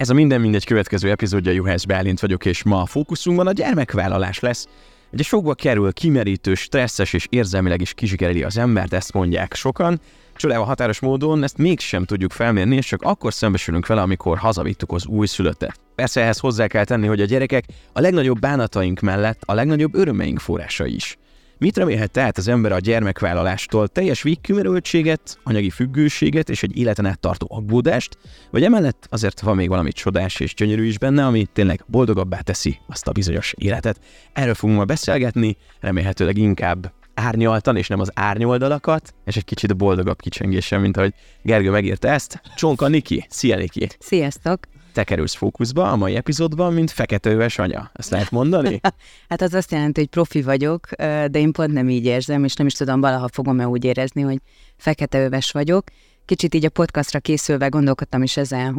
Ez a Minden mindegy következő epizódja, Juhász Bálint vagyok, és ma a fókuszunkban a gyermekvállalás lesz. Ugye sokba kerül, kimerítő, stresszes és érzelmileg is kizsigereli az embert, ezt mondják sokan. Csodával határos módon ezt mégsem tudjuk felmérni, és csak akkor szembesülünk vele, amikor hazavittük az újszülöttet. Persze ehhez hozzá kell tenni, hogy a gyerekek a legnagyobb bánataink mellett a legnagyobb örömeink forrása is. Mit remélhet tehát az ember a gyermekvállalástól? Teljes végkimerültséget, anyagi függőséget és egy életen át tartó aggódást? Vagy emellett azért van még valami csodás és gyönyörű is benne, ami tényleg boldogabbá teszi azt a bizonyos életet? Erről fogunk ma beszélgetni, remélhetőleg inkább árnyaltan, és nem az árnyoldalakat, és egy kicsit boldogabb kicsengéssel, mint ahogy Gergő megírta ezt. Csonka Niki, szia Niki! Sziasztok! Te kerülsz fókuszba a mai epizódban, mint feketeöves anya. Ezt lehet mondani? Hát az azt jelenti, hogy profi vagyok, de én pont nem így érzem, és nem is tudom, valaha fogom-e úgy érezni, hogy feketeöves vagyok. Kicsit így a podcastra készülve gondolkodtam is ezen,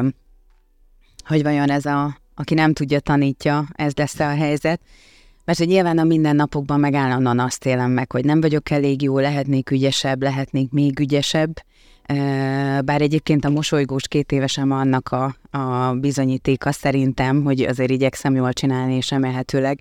hogy vajon ez aki nem tudja, tanítja, ez lesz a helyzet. Mert hogy nyilván a mindennapokban meg állandóan azt élem meg, hogy nem vagyok elég jó, lehetnék ügyesebb, lehetnék még ügyesebb. Bár egyébként a mosolygós 2 évesem annak a bizonyítéka szerintem, hogy azért igyekszem jól csinálni, és remélhetőleg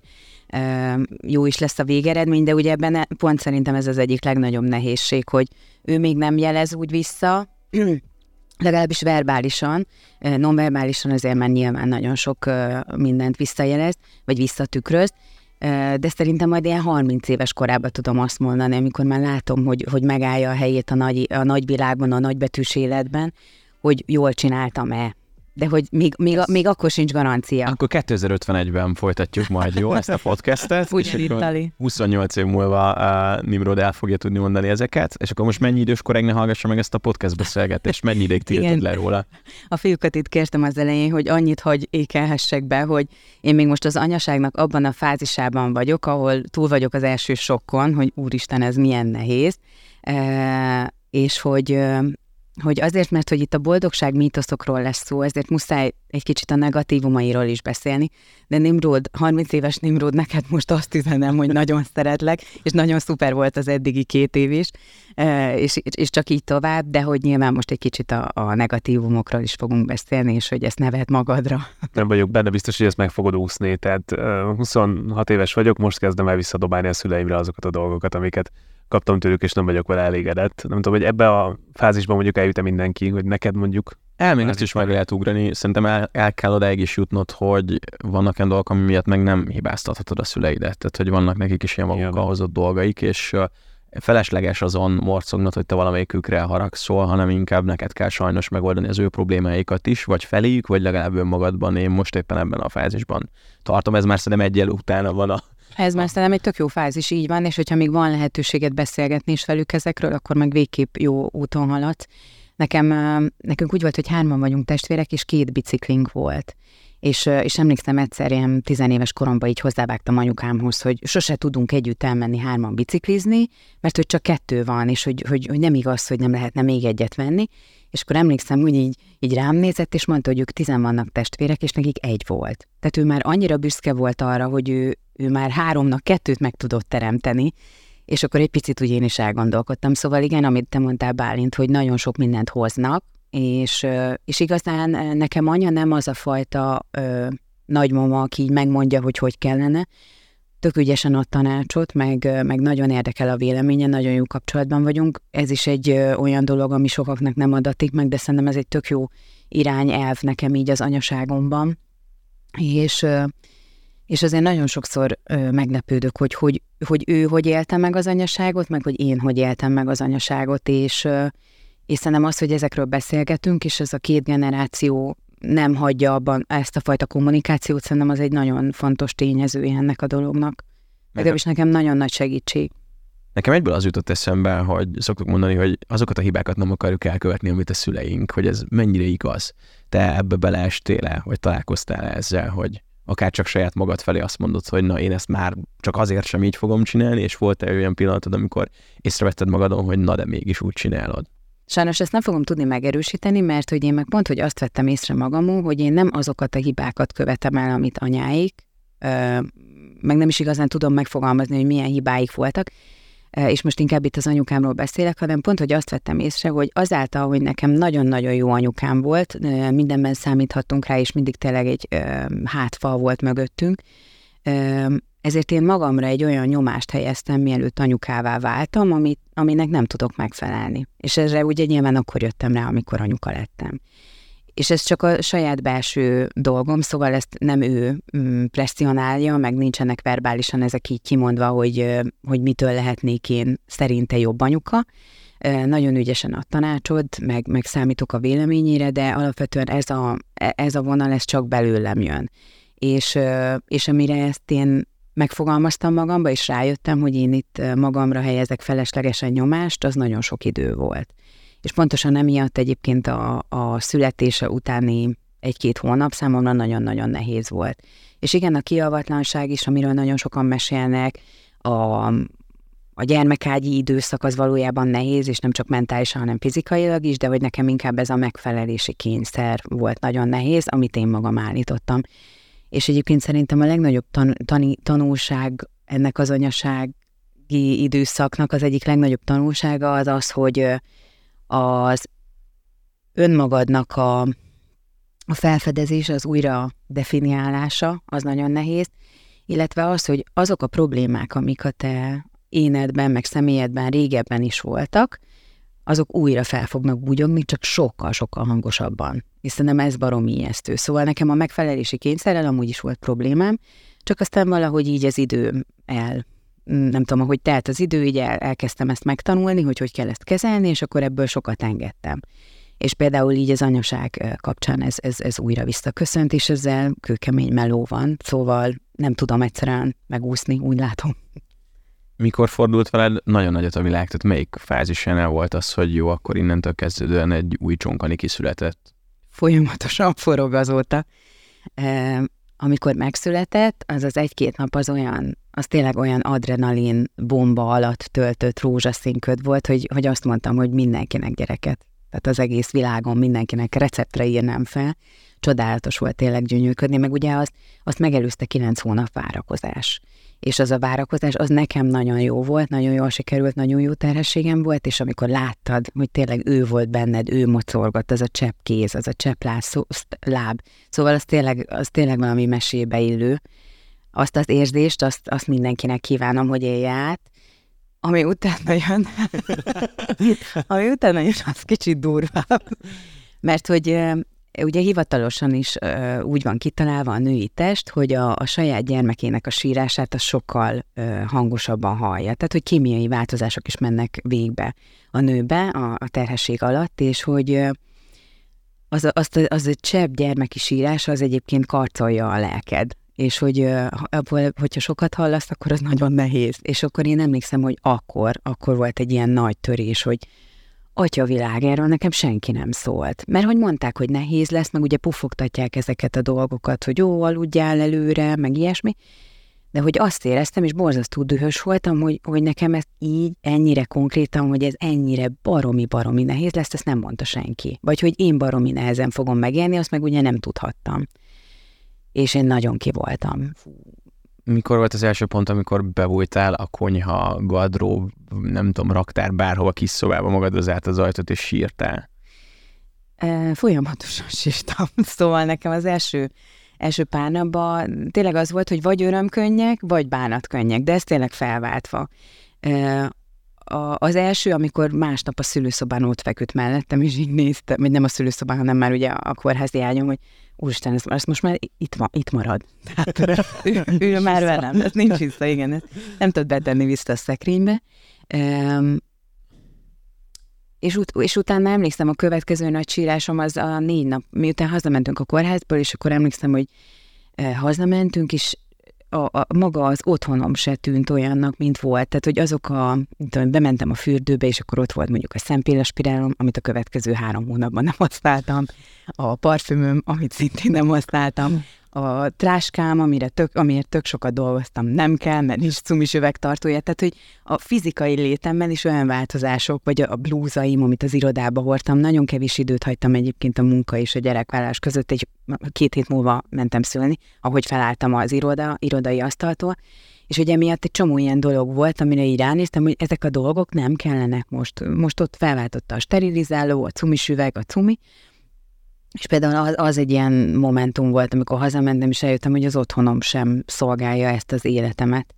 jó is lesz a végeredmény, de ugye ebben pont szerintem ez az egyik legnagyobb nehézség, hogy ő még nem jelez úgy vissza, legalábbis verbálisan, nonverbálisan azért már nyilván nagyon sok mindent visszajelez, vagy visszatükröz, de szerintem majd ilyen 30 éves korában tudom azt mondani, amikor már látom, hogy megállja a helyét a nagyvilágban, a nagybetűs életben, hogy jól csináltam-e. De hogy még akkor sincs garancia. Akkor 2051-ben folytatjuk majd, jó, ezt a podcastet. Ugyanittali. 28 év múlva Nimrod el fogja tudni mondani ezeket, és akkor most mennyi idős korán ne hallgassa meg ezt a podcast beszélgetést, mennyi ideig tiltod le róla? A fiúkat itt kértem az elején, hogy annyit hagy ékelhessek be, hogy én még most az anyaságnak abban a fázisában vagyok, ahol túl vagyok az első sokkon, hogy úristen, ez milyen nehéz, és hogy azért, mert hogy itt a boldogság mítoszokról lesz szó, ezért muszáj egy kicsit a negatívumairól is beszélni, de Nimrod, 30 éves Nimrod, neked most azt üzenem, hogy nagyon szeretlek, és nagyon szuper volt az eddigi 2 év is, és csak így tovább, de hogy nyilván most egy kicsit a negatívumokról is fogunk beszélni, és hogy ezt ne vedd magadra. Nem vagyok benne biztos, hogy ezt meg fogod úszni, tehát 26 éves vagyok, most kezdem el visszadobálni a szüleimre azokat a dolgokat, amiket kaptam tőlük, és nem vagyok vele elégedett. Nem tudom, hogy ebbe a fázisban mondjuk eljut-e mindenki, hogy neked mondjuk... Még azt is meg lehet ugrani. Szerintem el kell odáig is jutnod, hogy vannak olyan dolgok, ami miatt meg nem hibáztathatod a szüleidet. Tehát, hogy vannak nekik is ilyen magukkal hozott dolgaik, és felesleges azon morcognod, hogy te valamelyikükre haragszol, hanem inkább neked kell sajnos megoldani az ő problémáikat is, vagy feléjük, vagy legalább önmagadban. Én most éppen ebben a fázisban tartom. Ez már szerintem egyel utána van Ez már szerintem egy tök jó fázis, így van, és hogyha még van lehetőséget beszélgetni is velük ezekről, akkor meg végképp jó úton haladsz. Nekünk úgy volt, hogy 3 vagyunk testvérek, és 2 biciklink volt. És emlékszem egyszer, ilyen 10 éves koromban így hozzávágtam anyukámhoz, hogy sose tudunk együtt elmenni 3 biciklizni, mert hogy csak 2 van, és hogy nem igaz, hogy nem lehetne még egyet venni. És akkor emlékszem, hogy így rám nézett, és mondta, hogy ők 10 vannak testvérek, és nekik 1 volt. Tehát ő már annyira büszke volt arra, hogy ő már 3-nak 2 meg tudott teremteni, és akkor egy picit úgy én is elgondolkodtam. Szóval igen, amit te mondtál, Bálint, hogy nagyon sok mindent hoznak, és igazán nekem anya nem az a fajta nagymama, aki így megmondja, hogy kellene. Tök ügyesen ad tanácsot, meg nagyon érdekel a véleménye, nagyon jó kapcsolatban vagyunk. Ez is egy olyan dolog, ami sokaknak nem adatik meg, de szerintem ez egy tök jó irányelv nekem így az anyaságomban. És azért nagyon sokszor meglepődök, hogy ő hogy élte meg az anyaságot, meg hogy én hogy éltem meg az anyaságot, és szerintem az, hogy ezekről beszélgetünk, és ez a 2 generáció nem hagyja abban ezt a fajta kommunikációt, szerintem az egy nagyon fontos tényezője ennek a dolognak. Legalábbis nekem nagyon nagy segítség. Nekem egyből az jutott eszembe, hogy szoktuk mondani, hogy azokat a hibákat nem akarjuk elkövetni, amit a szüleink, hogy ez mennyire igaz. Te ebbe beleestél-e, vagy találkoztál ezzel, hogy akár csak saját magad felé azt mondod, hogy na, én ezt már csak azért sem így fogom csinálni, és volt-e olyan pillanatod, amikor észrevetted magadon, hogy na, de mégis úgy csinálod? Sajnos ezt nem fogom tudni megerősíteni, mert hogy én meg pont, hogy azt vettem észre magamon, hogy én nem azokat a hibákat követem el, amit anyáik, meg nem is igazán tudom megfogalmazni, hogy milyen hibáik voltak. és most inkább itt az anyukámról beszélek, hanem pont, hogy azt vettem észre, hogy azáltal, hogy nekem nagyon-nagyon jó anyukám volt, mindenben számíthattunk rá, és mindig tényleg egy hátfal volt mögöttünk, ezért én magamra egy olyan nyomást helyeztem, mielőtt anyukává váltam, aminek nem tudok megfelelni. És erre ugye nyilván akkor jöttem rá, amikor anyuka lettem. És ez csak a saját belső dolgom, szóval ezt nem ő presszionálja, meg nincsenek verbálisan ezek így kimondva, hogy mitől lehetnék én szerinte jobb anyuka. Nagyon ügyesen ad tanácsod, meg számítok a véleményére, de alapvetően ez a vonal, ez csak belőlem jön. És amire ezt én megfogalmaztam magamba, és rájöttem, hogy én itt magamra helyezek feleslegesen nyomást, az nagyon sok idő volt. És pontosan emiatt egyébként a születése utáni 1-2 hónap számomra nagyon-nagyon nehéz volt. És igen, a kialvatlanság is, amiről nagyon sokan mesélnek, a gyermekágyi időszak az valójában nehéz, és nem csak mentálisan, hanem fizikailag is, de hogy nekem inkább ez a megfelelési kényszer volt nagyon nehéz, amit én magam állítottam. És egyébként szerintem a legnagyobb tanulság ennek az anyasági időszaknak az egyik legnagyobb tanulsága az, hogy az önmagadnak a felfedezés, az újra definiálása, az nagyon nehéz, illetve az, hogy azok a problémák, amik a te énedben, meg személyedben régebben is voltak, azok újra fel fognak bugyogni, csak sokkal-sokkal hangosabban. És szerintem ez baromi ijesztő. Szóval nekem a megfelelési kényszerrel amúgy is volt problémám, csak aztán valahogy így az idő nem tudom, ahogy telt az idő, így elkezdtem ezt megtanulni, hogy kell ezt kezelni, és akkor ebből sokat engedtem. És például így az anyaság kapcsán ez újra visszaköszönt, és ezzel kőkemény meló van, szóval nem tudom egyszerűen megúszni, úgy látom. Mikor fordult veled nagyon nagyot a világ? Tehát melyik fázisánál volt az, hogy jó, akkor innentől kezdődően egy új csonkani kiszületett? Folyamatosan forog azóta. Amikor megszületett, az 1-2 nap az tényleg olyan adrenalin bomba alatt töltött rózsaszínköd volt, hogy azt mondtam, hogy mindenkinek gyereket. Tehát az egész világon mindenkinek receptre írnám fel. Csodálatos volt tényleg gyönyörködni, meg ugye azt megelőzte 9 hónap várakozás. És az a várakozás, az nekem nagyon jó volt, nagyon jól sikerült, nagyon jó terhességem volt, és amikor láttad, hogy tényleg ő volt benned, ő mocorgott, az a csepp kéz, az a csepp láb. Szóval az tényleg valami mesébe illő. Azt az érzést, azt mindenkinek kívánom, hogy élje át. Ami utána jön, az kicsit durvább. Mert hogy ugye hivatalosan is úgy van kitalálva a női test, hogy a saját gyermekének a sírását az sokkal hangosabban hallja. Tehát, hogy kémiai változások is mennek végbe a nőbe a terhesség alatt, és hogy az a csepp gyermeki sírás az egyébként karcolja a lelked. És hogyha sokat hallasz, akkor az nagyon nehéz. És akkor én emlékszem, hogy akkor volt egy ilyen nagy törés, hogy atyavilág, erről nekem senki nem szólt. Mert hogy mondták, hogy nehéz lesz, meg ugye puffogtatják ezeket a dolgokat, hogy jó, aludjál előre, meg ilyesmi. De hogy azt éreztem, és borzasztó dühös voltam, hogy nekem ez így ennyire konkrétan, hogy ez ennyire baromi nehéz lesz, ezt nem mondta senki. Vagy hogy én baromi nehezen fogom megélni, azt meg ugye nem tudhattam. És én nagyon ki voltam. Mikor volt az első pont, amikor bebújtál a konyha, gardrób, nem tudom, raktár, bárhova kis szobába magadhoz át az ajtót, és sírtál? Folyamatosan sírtam. Szóval nekem az első pár napban tényleg az volt, hogy vagy örömkönnyek, vagy bánatkönnyek, de ez tényleg felváltva. Az első, amikor másnap a szülőszobán ott feküdt mellettem, és így néztem, vagy nem a szülőszobán, hanem már ugye a kórházi ágyon, hogy úristen, ez most már itt marad. Tehát ő már velem, ez nincs vissza, igen, ezt nem tudod betenni vissza a szekrénybe. És utána emlékszem, a következő nagy sírásom az a 4 nap, miután hazamentünk a kórházból, és akkor emlékszem, hogy hazamentünk, és maga az otthonom se tűnt olyannak, mint volt. Tehát, hogy bementem a fürdőbe, és akkor ott volt mondjuk a szempélaspirálom, amit a következő 3 hónapban nem használtam, a parfümöm, amit szintén nem használtam, a tráskám, amiért tök sokat dolgoztam, nem kell, mert nincs cumis üvegtartója. Tehát, hogy a fizikai létemben is olyan változások, vagy a blúzaim, amit az irodába hordtam, nagyon kevés időt hagytam egyébként a munka és a gyerekvállalás között, 2 hét múlva mentem szülni, ahogy felálltam az irodai asztaltól, És ugye emiatt egy csomó ilyen dolog volt, amire így ránéztem, hogy ezek a dolgok nem kellenek most. Most ott felváltotta a sterilizáló, a cumis üveg, a cumi, és például az egy ilyen momentum volt, amikor hazamentem, és eljöttem, hogy az otthonom sem szolgálja ezt az életemet.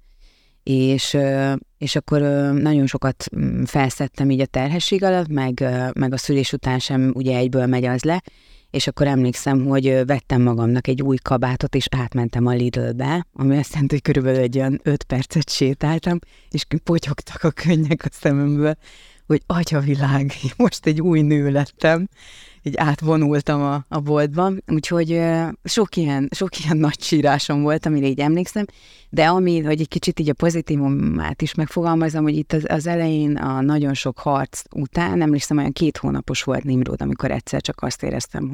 És akkor nagyon sokat felszedtem így a terhesség alatt, meg a szülés után sem ugye egyből megy az le, és akkor emlékszem, hogy vettem magamnak egy új kabátot, és átmentem a Lidl-be, ami azt jelenti, hogy körülbelül egy olyan 5 percet sétáltam, és potyogtak a könnyek a szememből, hogy atyavilág, most egy új nő lettem, így átvonultam a boltban, úgyhogy sok ilyen nagy sírásom volt, amire így emlékszem, de hogy egy kicsit így a pozitívumát is megfogalmazom, hogy itt az elején a nagyon sok harc után, emlékszem, olyan 2 hónapos volt Nimród, amikor egyszer csak azt éreztem,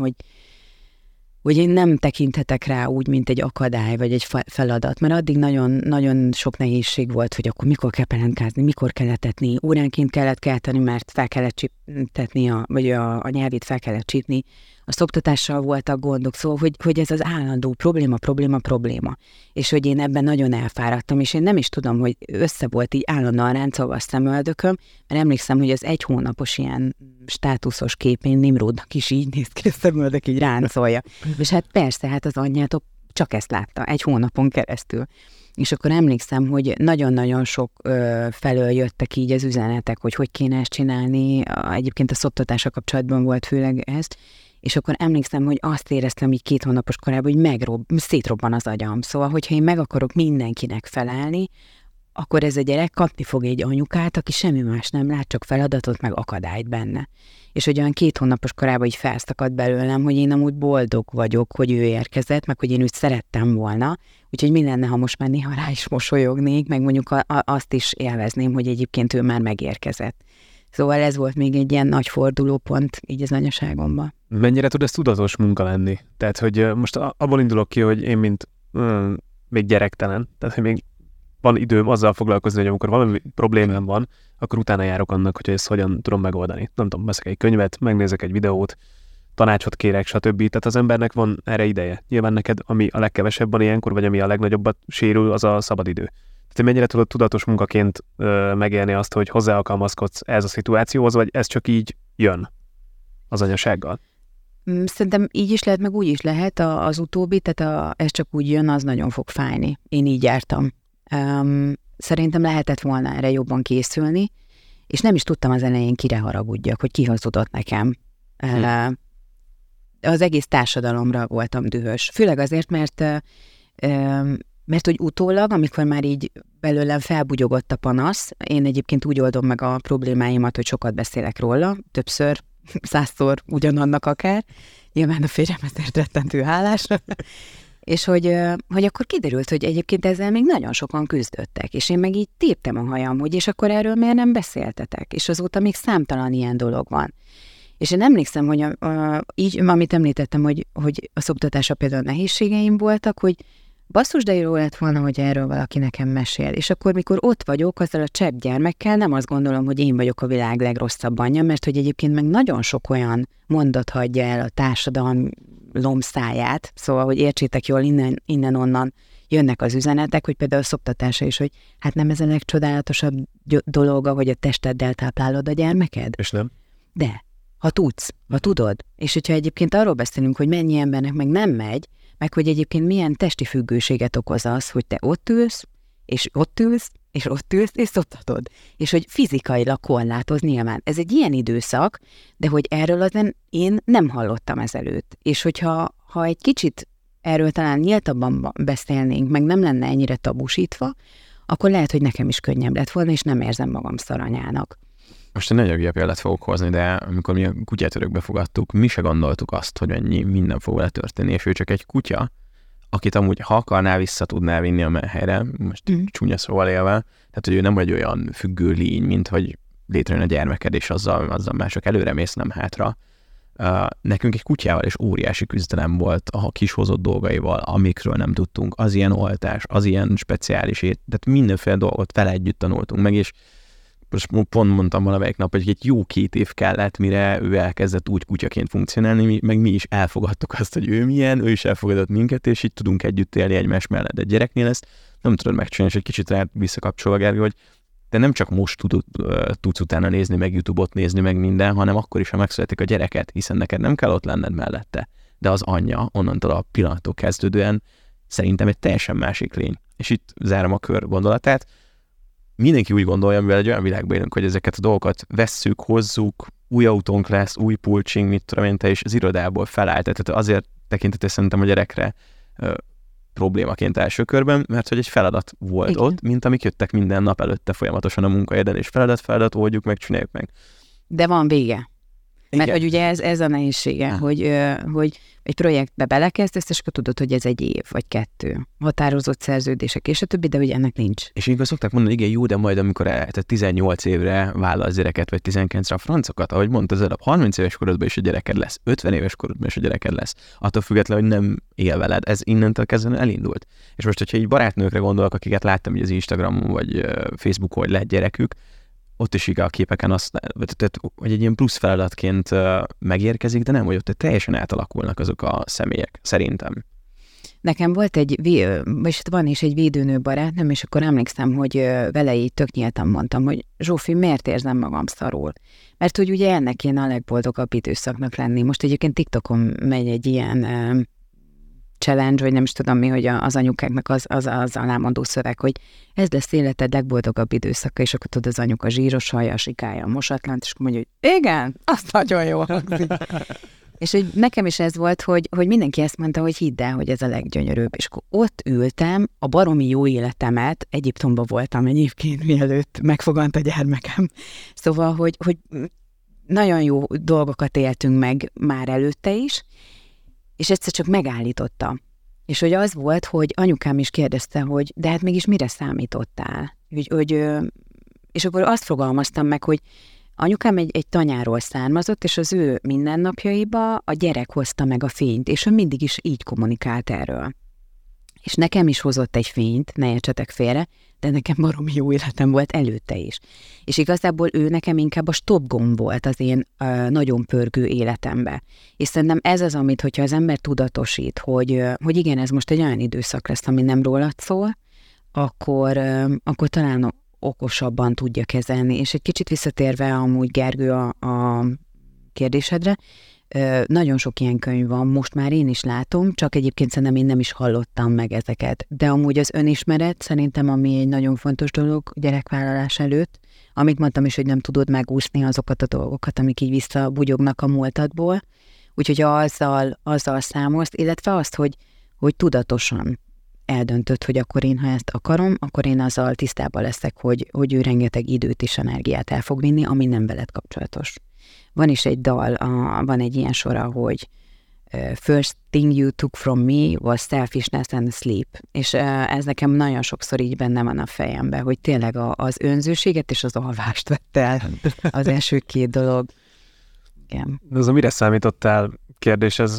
hogy én nem tekinthetek rá úgy, mint egy akadály, vagy egy feladat, mert addig nagyon, nagyon sok nehézség volt, hogy akkor mikor kell pelentkázni, mikor kell etetni, óránként kellett kelteni, mert fel kellett csíptetni, vagy a nyelvét fel kellett csípni. A szoktatással voltak gondok, szóval, hogy ez az állandó probléma, és hogy én ebben nagyon elfáradtam, és én nem is tudom, hogy össze volt így állandóan ráncolva a szemöldököm, mert emlékszem, hogy az 1 hónapos ilyen státuszos képén Nimródnak is így néz ki, a szemöldök így ráncolja. És hát persze, hát az anyjátok csak ezt látta, 1 hónapon keresztül. És akkor emlékszem, hogy nagyon-nagyon sok felől jöttek így az üzenetek, hogy kéne ezt csinálni, egyébként a szoptatással kapcsolatban volt főleg ez, és akkor emlékszem, hogy azt éreztem így 2 hónapos korában, hogy szétrobban az agyam. Szóval, hogyha én meg akarok mindenkinek felelni, akkor ez a gyerek kapni fog egy anyukát, aki semmi más nem lát, csak feladatot, meg akadályt benne. És hogy olyan 2 hónapos korában így felszakadt belőlem, hogy én amúgy boldog vagyok, hogy ő érkezett, meg hogy én őt szerettem volna, úgyhogy mi lenne, ha most már néha rá is mosolyognék, meg mondjuk azt is élvezném, hogy egyébként ő már megérkezett. Szóval ez volt még egy ilyen nagy fordulópont így az anyaságomban. Mennyire tud ez tudatos munka lenni? Tehát, hogy most abból indulok ki, hogy én mint még gyerektelen, tehát, hogy még van időm azzal foglalkozni, hogy amikor valami problémám van, akkor utána járok annak, hogy ezt hogyan tudom megoldani. Nem tudom, veszek egy könyvet, megnézek egy videót, tanácsot kérek, stb. Tehát az embernek van erre ideje. Nyilván neked, ami a legkevesebb van ilyenkor, vagy ami a legnagyobbat sérül, az a szabadidő. Tehát mennyire tudod tudatos munkaként megélni azt, hogy hozzáalkalmazkodsz ez a szituációhoz, vagy ez csak így jön az anyasággal? Szerintem így is lehet, meg úgy is lehet az utóbbi, tehát ez csak úgy jön, az nagyon fog fájni. Én így jártam. Szerintem lehetett volna erre jobban készülni, és nem is tudtam az elején, kire haragudjak, hogy ki hazudott nekem. Az egész társadalomra voltam dühös. Főleg azért, mert hogy utólag, amikor már így belőlem felbugyogott a panasz, én egyébként úgy oldom meg a problémáimat, hogy sokat beszélek róla, többször, 100-szor ugyanannak akár, nyilván a férjem ezért rettentő hálás, és hogy akkor kiderült, hogy egyébként ezzel még nagyon sokan küzdöttek, és én meg így téptem a hajam, hogy és akkor erről miért nem beszéltetek, és azóta még számtalan ilyen dolog van. És én emlékszem, hogy így, amit említettem, hogy a szoptatása például nehézségeim voltak, hogy basszus, de jó lett volna, hogy erről valaki nekem mesél. És akkor, mikor ott vagyok azzal a csepp gyermekkel, nem azt gondolom, hogy én vagyok a világ legrosszabb anyja, mert hogy egyébként meg nagyon sok olyan mondat hagyja el a társadalom száját, szóval, hogy értsétek jól, innen-onnan jönnek az üzenetek, hogy például a szoptatása is, hogy hát nem ez a legcsodálatosabb dolog, hogy a testeddel táplálod a gyermeked? És nem? De, ha tudsz, ha tudod. És hogyha egyébként arról beszélünk, hogy mennyi embernek meg nem megy, meg hogy egyébként milyen testi függőséget okoz az, hogy te ott ülsz, és ott ülsz, és ott ülsz, és szoptatod. És hogy fizikailag korlátoz nyilván. Ez egy ilyen időszak, de hogy erről azon én nem hallottam ezelőtt. És hogyha egy kicsit erről talán nyíltabban beszélnénk, meg nem lenne ennyire tabusítva, akkor lehet, hogy nekem is könnyebb lett volna, és nem érzem magam szaranyának. Most egy nagyon hülye példát fogok hozni, de amikor mi a kutyát örökbe fogadtuk, mi se gondoltuk azt, hogy mennyi minden fog vele történni, és ő csak egy kutya, akit amúgy, ha akarná, vissza tudná vinni a menhelyre, most csúnya szóval élve, tehát hogy ő nem egy olyan függő lény, mint hogy létrejön a gyermeked, és azzal már csak előre mész, nem hátra. Nekünk egy kutyával és óriási küzdelem volt a kis hozott dolgaival, amikről nem tudtunk, az ilyen oltás, az ilyen speciális tehát mindenféle dolgot vele együtt tanultunk meg, és most pont mondtam valamelyik nap, hogy egy jó 2 év kellett, mire ő elkezdett úgy kutyaként funkcionálni, meg mi is elfogadtuk azt, hogy ő milyen, ő is elfogadott minket, és így tudunk együtt élni egymás mellett. De gyereknél ezt nem tudod megcsinálni, és egy kicsit rá visszakapcsolva, Gergő, hogy te nem csak most tudsz utána nézni, meg YouTube-ot nézni, meg minden, hanem akkor is, ha megszületik a gyereket, hiszen neked nem kell ott lenned mellette. De az anyja onnantól a pillanattól kezdődően szerintem egy teljesen másik lény. És itt zárom a kör gondolatát. Mindenki úgy gondolja, mivel egy olyan világban élünk, hogy ezeket a dolgokat vesszük, hozzuk, új autónk lesz, új pulcsing, mit tudom én, te is az irodából felállt. Tehát azért tekintető szerintem a gyerekre problémaként első körben, mert hogy egy feladat volt igen. ott, mint amik jöttek minden nap előtte folyamatosan a munkahelyen, és feladat, oldjuk meg, csináljuk meg. De van vége. Mert hogy ugye ez a nehézsége, hogy egy projektbe belekezdesz, és akkor tudod, hogy ez 1 év, vagy 2. Határozott szerződések, és a többi, de ugye ennek nincs. És így szokták mondani, igen, jó, de majd amikor 18 évre vállalsz gyereket, vagy 19-re a francokat, ahogy mondtad, az előbb 30 éves korodban is a gyereked lesz, 50 éves korodban is a gyereked lesz. Attól függetlenül, hogy nem él veled. Ez innentől kezdve elindult. És most, hogyha így barátnőkre gondolok, akiket láttam így az Instagramon, vagy Facebookon, hogy lehet gyerekük, ott is a képeken azt, hogy egy ilyen plusz feladatként megérkezik, de nem, hogy ott teljesen átalakulnak azok a személyek, szerintem. Nekem volt van is egy védőnő barátnőm, és akkor emlékszem, hogy vele így tök nyíltan mondtam, hogy Zsófi, miért érzem magam szarul? Mert hogy ugye ennek kéne a legboldogabb időszaknak lenni. Most egyébként TikTokon megy egy ilyen challenge, vagy nem is tudom mi, hogy az anyukáknak az alámondó szöveg, hogy ez lesz életed legboldogabb időszaka, és akkor tudod, az anyuka zsíros haja, sikája, mosatlant, és akkor mondja, hogy igen, azt nagyon jól hangzik. És hogy nekem is ez volt, hogy mindenki ezt mondta, hogy hidd el, hogy ez a leggyönyörűbb. És akkor ott ültem, a baromi jó életemet, Egyiptomban voltam egyébként, mielőtt megfogant a gyermekem. Szóval, hogy nagyon jó dolgokat éltünk meg már előtte is, és egyszer csak megállította. És hogy az volt, hogy anyukám is kérdezte, hogy de hát mégis mire számítottál? És akkor azt fogalmaztam meg, hogy anyukám egy tanyáról származott, és az ő mindennapjaiba a gyerek hozta meg a fényt, és ő mindig is így kommunikált erről. És nekem is hozott egy fényt, ne értsetek félre, de nekem baromi jó életem volt előtte is. És igazából ő nekem inkább a stop gomb volt az én nagyon pörgő életembe. És szerintem ez az, amit, hogyha az ember tudatosít, hogy igen, ez most egy olyan időszak lesz, ami nem rólad szól, akkor talán okosabban tudja kezelni. És egy kicsit visszatérve amúgy, Gergő, a kérdésedre, nagyon sok ilyen könyv van, most már én is látom, csak egyébként szerintem én nem is hallottam meg ezeket. De amúgy az önismeret szerintem, ami egy nagyon fontos dolog gyerekvállalás előtt, amit mondtam is, hogy nem tudod megúszni azokat a dolgokat, amik így visszabugyognak a múltadból. Úgyhogy azzal számolsz, illetve azt, hogy tudatosan eldöntöd, hogy akkor én, ha ezt akarom, akkor én azzal tisztában leszek, hogy ő rengeteg időt és energiát el fog vinni, ami nem veled kapcsolatos. Van is egy dal, van egy ilyen sora, hogy First thing you took from me was selfishness and sleep. És ez nekem nagyon sokszor így benne van a fejemben, hogy tényleg az önzőséget és az alvást vett el az első 2 dolog. Igen. De az a mire számítottál kérdés, ez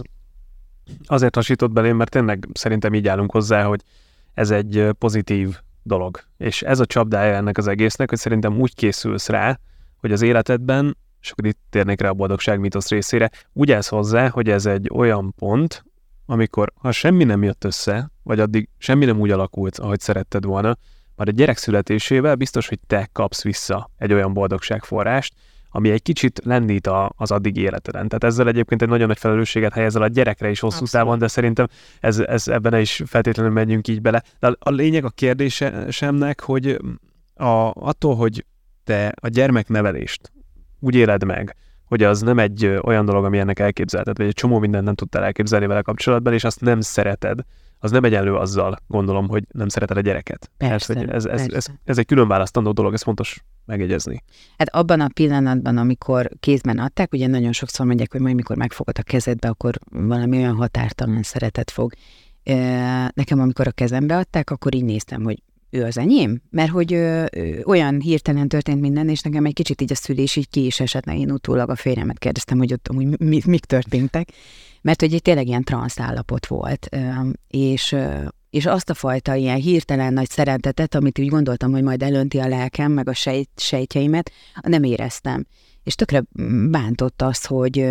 azért hasított belém, mert tényleg szerintem így állunk hozzá, hogy ez egy pozitív dolog. És ez a csapdája ennek az egésznek, hogy szerintem úgy készülsz rá, hogy az életedben, és akkor itt térnék rá a boldogság mítosz részére, úgy állsz hozzá, hogy ez egy olyan pont, amikor ha semmi nem jött össze, vagy addig semmi nem úgy alakult, ahogy szeretted volna, már a gyerek születésével biztos, hogy te kapsz vissza egy olyan boldogságforrást, ami egy kicsit lendít az addigi életeden. Tehát ezzel egyébként egy nagyon nagy felelősséget helyezel a gyerekre is hosszú távon, de szerintem ez ebben is feltétlenül menjünk így bele. De a lényeg a kérdésemnek, hogy attól, hogy te a gyermeknevelést úgy éled meg, hogy az nem egy olyan dolog, ami ennek elképzelheted, vagy egy csomó mindent nem tudtál elképzelni vele kapcsolatban, és azt nem szereted, az nem egyenlő azzal, gondolom, hogy nem szereted a gyereket. Persze, ez egy külön választandó dolog, ez fontos megjegyezni. Hát abban a pillanatban, amikor kézben adták, ugye nagyon sokszor mondják, hogy majd mikor megfogod a kezedbe, akkor valami olyan határtalan szeretet fog. Nekem, amikor a kezembe adták, akkor így néztem, hogy ő az enyém? Mert hogy olyan hirtelen történt minden, és nekem egy kicsit így a szülés így ki is esett, én utólag a férjemet kérdeztem, hogy ott amúgy mik történtek, mert hogy egy tényleg ilyen transz állapot volt, és és azt a fajta ilyen hirtelen nagy szeretetet, amit úgy gondoltam, hogy majd elönti a lelkem, meg a sejtjeimet, nem éreztem. És tökre bántott az,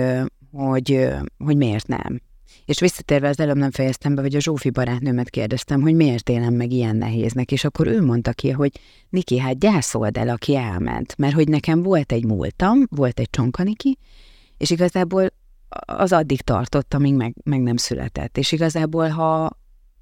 hogy miért nem. És visszatérve az előbb nem fejeztem be, hogy a Zsófi barátnőmet kérdeztem, hogy miért élem meg ilyen nehéznek, és akkor ő mondta ki, hogy Niki, hát gyászold el, aki elment, mert hogy nekem volt egy múltam, volt egy csonkaniki, és igazából az addig tartott, amíg meg nem született. És igazából, ha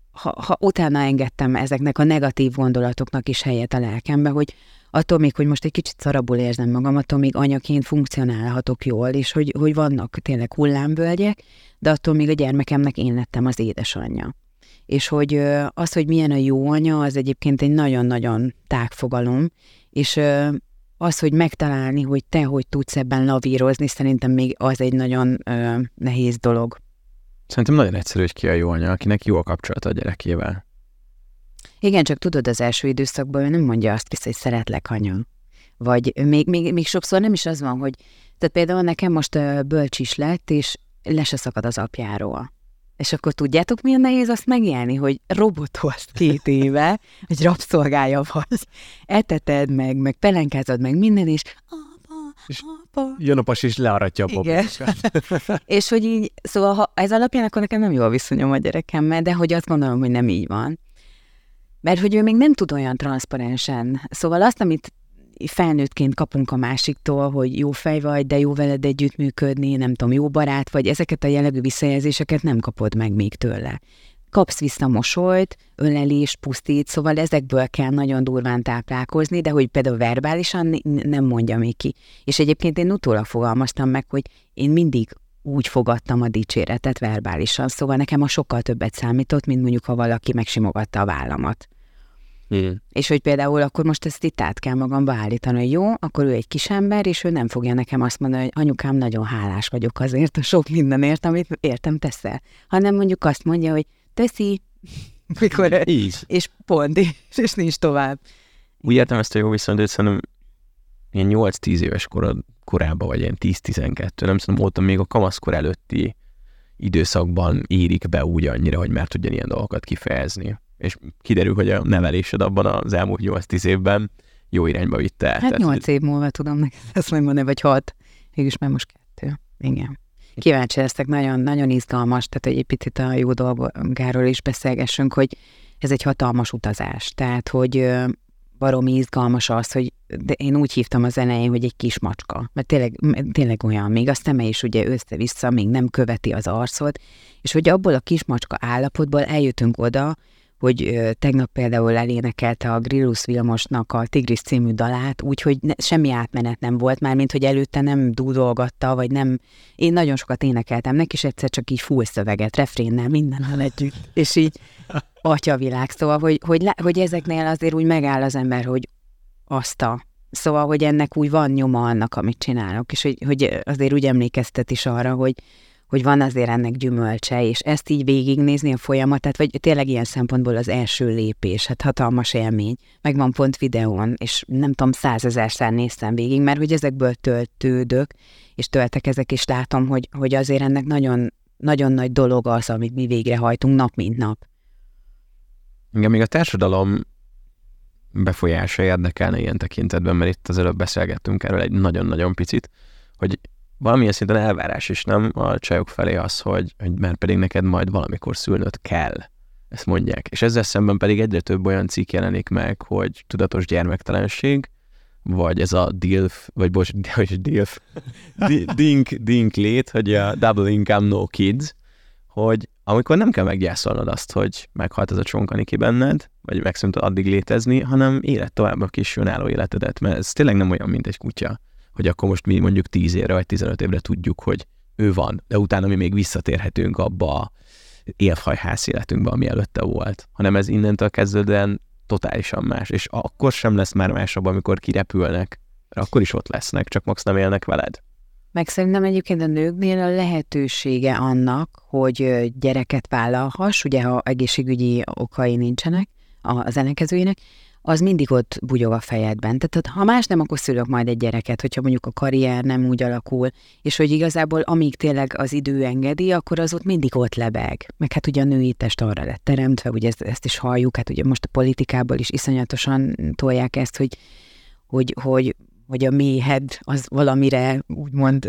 utána engedtem ezeknek a negatív gondolatoknak is helyet a lelkembe, hogy attól még, hogy most egy kicsit szarabul érzem magam, attól még anyaként funkcionálhatok jól, és hogy vannak tényleg hullámvölgyek, de attól még a gyermekemnek én lettem az édesanyja. És hogy az, hogy milyen a jó anya, az egyébként egy nagyon-nagyon tág fogalom, és az, hogy megtalálni, hogy te hogy tudsz ebben lavírozni, szerintem még az egy nagyon nehéz dolog. Szerintem nagyon egyszerű, hogy ki a jó anya, akinek jó a kapcsolata a gyerekével. Igen, csak tudod, az első időszakban ő nem mondja azt vissza, hogy szeretlek, anya. Vagy még sokszor nem is az van, hogy tehát például nekem most bölcs is lett, és le se szakad az apjáról. És akkor tudjátok, milyen nehéz azt megélni, hogy robotolsz 2 éve, hogy rabszolgája vagy, eteted meg pelenkázod meg minden, és apa. Jön a pasi, és learatja a popókat. És hogy így, szóval ha ez alapján, akkor nekem nem jól viszonyom a gyerekemmel, de hogy azt gondolom, hogy nem így van. Mert hogy ő még nem tud olyan transzparensen. Szóval azt, amit felnőttként kapunk a másiktól, hogy jó fej vagy, de jó veled együttműködni, nem tudom, jó barát vagy, ezeket a jellegű visszajelzéseket nem kapod meg még tőle. Kapsz vissza mosolyt, ölelést, pusztít, szóval ezekből kell nagyon durván táplálkozni, de hogy például verbálisan nem mondja még ki. És egyébként én utólag fogalmaztam meg, hogy én mindig úgy fogadtam a dicséretet verbálisan, szóval nekem a sokkal többet számított, mint mondjuk, ha valaki megsimogatta a vállamat. És hogy például akkor most ezt itt át kell magamba állítani, hogy jó, akkor ő egy kis ember, és ő nem fogja nekem azt mondani, hogy anyukám, nagyon hálás vagyok azért a sok mindenért, amit értem teszel. Hanem mondjuk azt mondja, hogy teszi, mikor így. És pont, és nincs tovább. Úgy értem ezt a jó viszonyt, hogy szerintem ilyen 8-10 éves korában, vagy ilyen 10-12, nem tudom, ott még a kamaszkor előtti időszakban érik be úgy annyira, hogy már tudjon ilyen dolgokat kifejezni. És kiderül, hogy a nevelésed abban az elmúlt 8-10 évben jó irányba vitte el. Hát 8 év múlva tudom neked ezt megmondani, vagy 6. Mégis már most 2. Igen. Kíváncsi leszek, nagyon, nagyon izgalmas, tehát egy picit a jó dolgáról is beszélgessünk, hogy ez egy hatalmas utazás. Tehát, hogy baromi izgalmas az, hogy de én úgy hívtam az elején, hogy egy kis macska. Mert tényleg olyan, még a szeme is ugye össze-vissza, még nem követi az arcod, és hogy abból a kis macska állapotból eljöttünk oda, hogy tegnap például elénekelte a Grillus Vilmosnak a Tigris című dalát, úgyhogy semmi átmenet nem volt már, mint hogy előtte nem dúdolgatta, vagy nem. Én nagyon sokat énekeltem neki, és egyszer csak így full szöveget, refrénnel, mindennel együtt. És így atyavilág. Szóval, hogy ezeknél azért úgy megáll az ember, hogy Szóval, hogy ennek úgy van nyoma annak, amit csinálok, és hogy azért úgy emlékeztet is arra, hogy van azért ennek gyümölcse, és ezt így végignézni a folyamatát, vagy tényleg ilyen szempontból az első lépés, hát hatalmas élmény. Megvan pont videón, és nem tudom, 100 000-szer néztem végig, mert hogy ezekből töltődök, és töltekezek, és látom, hogy azért ennek nagyon, nagyon nagy dolog az, amit mi végrehajtunk nap, mint nap. Igen, még a társadalom befolyása érdekelne ilyen tekintetben, mert itt az előbb beszélgettünk erről egy nagyon-nagyon picit, hogy valamilyen szinten elvárás is, nem a csajok felé az, hogy már pedig neked majd valamikor szülnöd kell. Ezt mondják. És ezzel szemben pedig egyre több olyan cikk jelenik meg, hogy tudatos gyermektelenség, vagy ez a DILF, dink lét, hogy a double income no kids, hogy amikor nem kell meggyászolnod azt, hogy meghalt ez a csonkaniki benned, vagy megszűnt addig létezni, hanem élet tovább a kis önálló életedet, mert ez tényleg nem olyan, mint egy kutya, hogy akkor most mi mondjuk 10 évre vagy 15 évre tudjuk, hogy ő van, de utána mi még visszatérhetünk abba a élfhajház életünkbe, ami előtte volt, hanem ez innentől kezdődően totálisan más, és akkor sem lesz már másabb, amikor kirepülnek, akkor is ott lesznek, csak max nem élnek veled. Meg szerintem egyébként a nőknél a lehetősége annak, hogy gyereket vállalhass, ugye ha egészségügyi okai nincsenek az ellenkezőjének, az mindig ott bugyog a fejedben. Tehát ha más nem, akkor szülök majd egy gyereket, hogyha mondjuk a karrier nem úgy alakul, és hogy igazából amíg tényleg az idő engedi, akkor az ott mindig ott lebeg. Meg hát ugye a női test arra lett teremtve, ugye ezt is halljuk, hát ugye most a politikából is iszonyatosan tolják ezt, hogy a méhed az valamire úgymond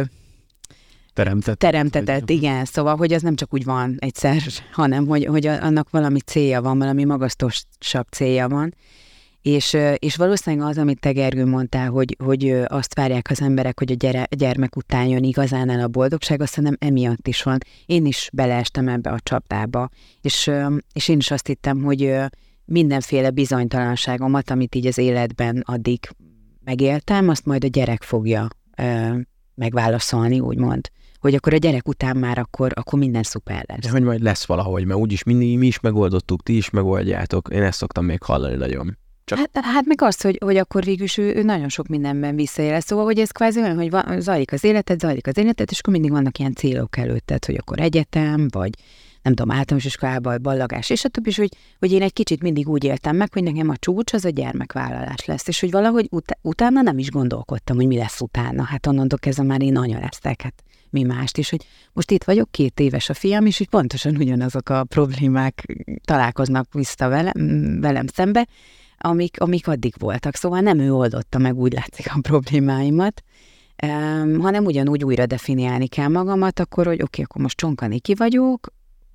teremtetett, igen. Szóval, hogy az nem csak úgy van egyszer, hanem hogy annak valami célja van, valami magasztosabb célja van. És valószínűleg az, amit te, Gergő, mondtál, hogy azt várják az emberek, hogy a gyermek után jön igazán el a boldogság, azt hiszem emiatt is van. Én is beleestem ebbe a csapdába, és én is azt hittem, hogy mindenféle bizonytalanságomat, amit így az életben addig megéltem, azt majd a gyerek fogja megválaszolni, úgymond. Hogy akkor a gyerek után már akkor minden szuper lesz. De hogy majd lesz valahogy, mert úgyis mindig mi is megoldottuk, ti is megoldjátok. Én ezt szoktam még hallani nagyon. Hát meg azt, hogy akkor végülis ő nagyon sok mindenben visszaél. Szóval, hogy ez kvázi olyan, hogy zajlik az életed, és akkor mindig vannak ilyen célok előtted, hogy akkor egyetem, vagy nem tudom, általános iskolában, ballagás, és a többi, hogy én egy kicsit mindig úgy éltem meg, hogy nekem a csúcs az a gyermekvállalás lesz, és hogy valahogy utána nem is gondolkodtam, hogy mi lesz utána. Hát onnantól kezdve már én anya leszek, hát mi mást is, hogy most itt vagyok, 2 éves a fiam, és így pontosan ugyanazok a problémák találkoznak vissza velem szembe, amik addig voltak. Szóval nem ő oldotta meg, úgy látszik, a problémáimat, hanem ugyanúgy újra definiálni kell magamat, akkor, hogy oké, akkor most csonkaniki vagyok,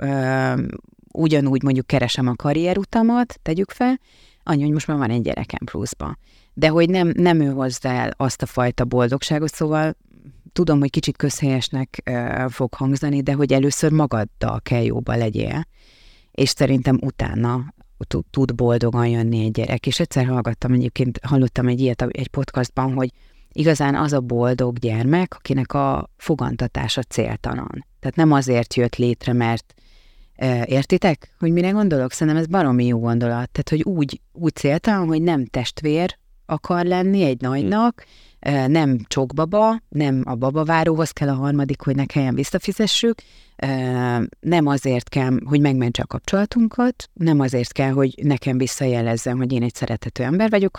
ugyanúgy mondjuk keresem a karrierutamat, tegyük fel, annyi, hogy most már van egy gyerekem pluszban. De hogy nem ő hozza el azt a fajta boldogságot, szóval tudom, hogy kicsit közhelyesnek fog hangzani, de hogy először magaddal kell jóba legyél, és szerintem utána tud boldogan jönni egy gyerek. És egyszer hallottam egy ilyet egy podcastban, hogy igazán az a boldog gyermek, akinek a fogantatása céltalan. Tehát nem azért jött létre, mert értitek, hogy mire gondolok? Szerintem ez baromi jó gondolat. Tehát, hogy úgy céltalan, hogy nem testvér akar lenni egy nagynak, nem csokbaba, nem a babaváróhoz kell a harmadik, hogy ne kelljen visszafizessük, nem azért kell, hogy megmentse a kapcsolatunkat, nem azért kell, hogy nekem visszajelezzem, hogy én egy szerethető ember vagyok,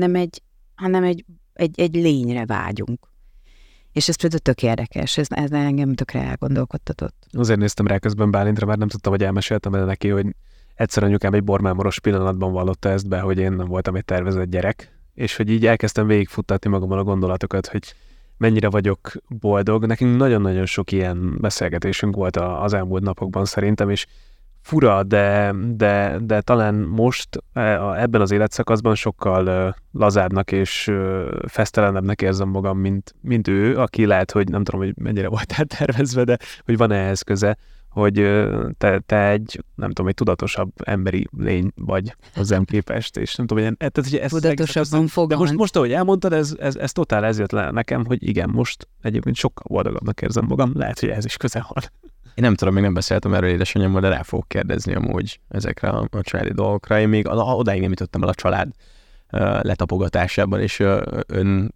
hanem egy lényre vágyunk. És ez például tök érdekes, ez engem tökre elgondolkodtatott. Azért néztem rá közben Bálintra, mert nem tudtam, hogy elmeséltem el neki, hogy egyszer anyukám egy bormámoros pillanatban vallotta ezt be, hogy én nem voltam egy tervezett gyerek, és hogy így elkezdtem végigfuttatni magamon a gondolatokat, hogy mennyire vagyok boldog. Nekünk nagyon-nagyon sok ilyen beszélgetésünk volt az elmúlt napokban szerintem, és fura, de talán most ebben az életszakaszban sokkal lazábbnak és fesztelenebbnek érzem magam, mint ő, aki lehet, hogy nem tudom, hogy mennyire voltál tervezve, de hogy van ehhez köze, hogy te egy, nem tudom, egy tudatosabb emberi lény vagy hozzám képest, és nem tudom, hogy ez tudatosabban fogant. De most, ahogy elmondtad, ez totál ez jött le nekem, hogy igen, most egyébként sokkal boldogabbnak érzem magam, lehet, hogy ez is köze van. Én nem tudom, még nem beszéltem erről édesanyámmal, de rá fogok kérdezni amúgy ezekre a családi dolgokra. Én még odáig nem jutottam el a család letapogatásában és ön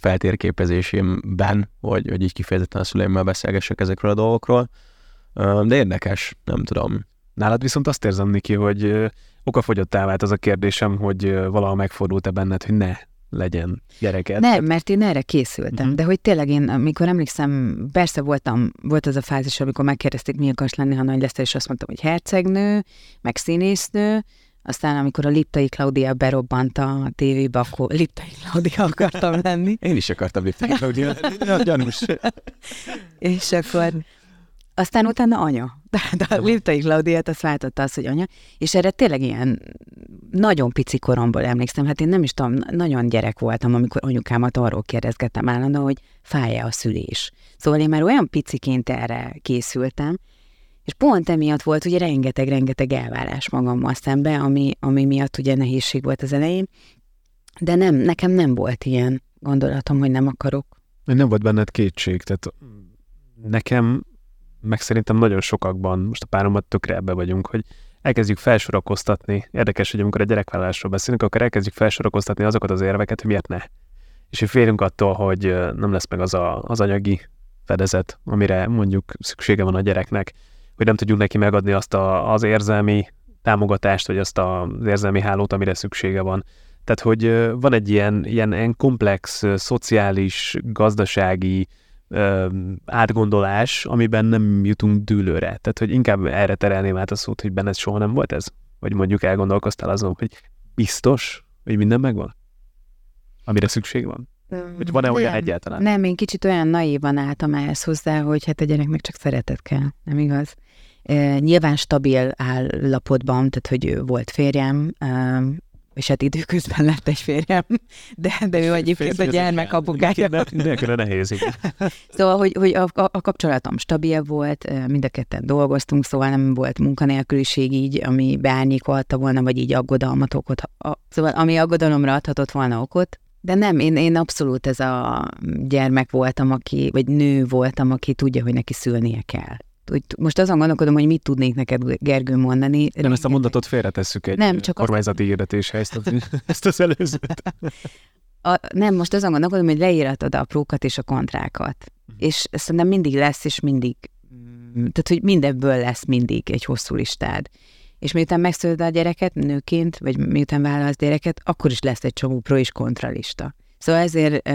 feltérképezésében, hogy így kifejezetten a szüleimmel beszélgessek ezekről a dolgokról. De érdekes, nem tudom. Nálad viszont azt érzem, Niki, hogy okafogyottá vált az a kérdésem, hogy valaha megfordult-e benned, hogy ne legyen gyereket. Nem, mert én erre készültem, de hogy tényleg én, amikor emlékszem, persze volt az a fázis, amikor megkérdezték, mi akarsz lenni, ha nagy leszel, és azt mondtam, hogy hercegnő, meg színésznő, aztán amikor a Liptai Klaudia berobbant a tévébe, akkor Liptai Klaudia akartam lenni. Én is akartam Liptai Klaudia lenni, gyanús. És akkor aztán utána anya. De a Liptai Klaudiát azt váltotta az, hogy anya. És erre tényleg ilyen nagyon pici koromból emlékszem. Hát én nem is tudom, nagyon gyerek voltam, amikor anyukámat arról kérdezgettem állandóan, hogy fáj-e a szülés. Szóval én már olyan piciként erre készültem, és pont emiatt volt ugye rengeteg elvárás magammal szembe, ami miatt ugye nehézség volt az elején, de nekem nem volt ilyen gondolatom, hogy nem akarok. Nem volt benned kétség, tehát nekem meg szerintem nagyon sokakban, most a párommal tökre ebbe vagyunk, hogy elkezdjük felsorakoztatni. Érdekes, hogy amikor a gyerekvállalásról beszélünk, akkor elkezdjük felsorakoztatni azokat az érveket, hogy miért ne. És hogy félünk attól, hogy nem lesz meg az anyagi fedezet, amire mondjuk szüksége van a gyereknek, hogy nem tudjuk neki megadni azt az érzelmi támogatást, vagy azt az érzelmi hálót, amire szüksége van. Tehát, hogy van egy ilyen komplex, szociális, gazdasági átgondolás, amiben nem jutunk dűlőre. Tehát, hogy inkább erre terelném át a szót, hogy benned soha nem volt ez? Vagy mondjuk elgondolkoztál azon, hogy biztos, hogy minden megvan? Amire szükség van? Vagy van-e olyan egyáltalán? Nem, én kicsit olyan naívan álltam ehhez hozzá, hogy hát a gyereknek csak szeretet kell, nem igaz? Nyilván stabil állapotban, tehát hogy volt férjem, és hát időközben lett egy férjem, de ő egyébként a gyermek apukája. Nélkül nehéz. Szóval, hogy a kapcsolatom stabil volt, mind a ketten dolgoztunk, szóval nem volt munkanélküliség így, ami beárnyékolta volna, vagy így aggodalmat okot. Szóval ami aggodalomra adhatott volna okot. De nem, én abszolút ez a gyermek voltam, vagy nő voltam, aki tudja, hogy neki szülnie kell. Most azon gondolkodom, hogy mit tudnék neked, Gergő, mondani. Nem, ezt a mondatot félretesszük egy kormányzati hirdetéshez, ezt az előzőt. Nem, most azon gondolkodom, hogy leíratod a prókat és a kontrákat. És szerintem mindig lesz, és mindig, tehát hogy mindebből lesz mindig egy hosszú listád. És miután megszülöd a gyereket nőként, vagy miután vállalsz gyereket, akkor is lesz egy csomó pro és kontra lista. Szóval ezért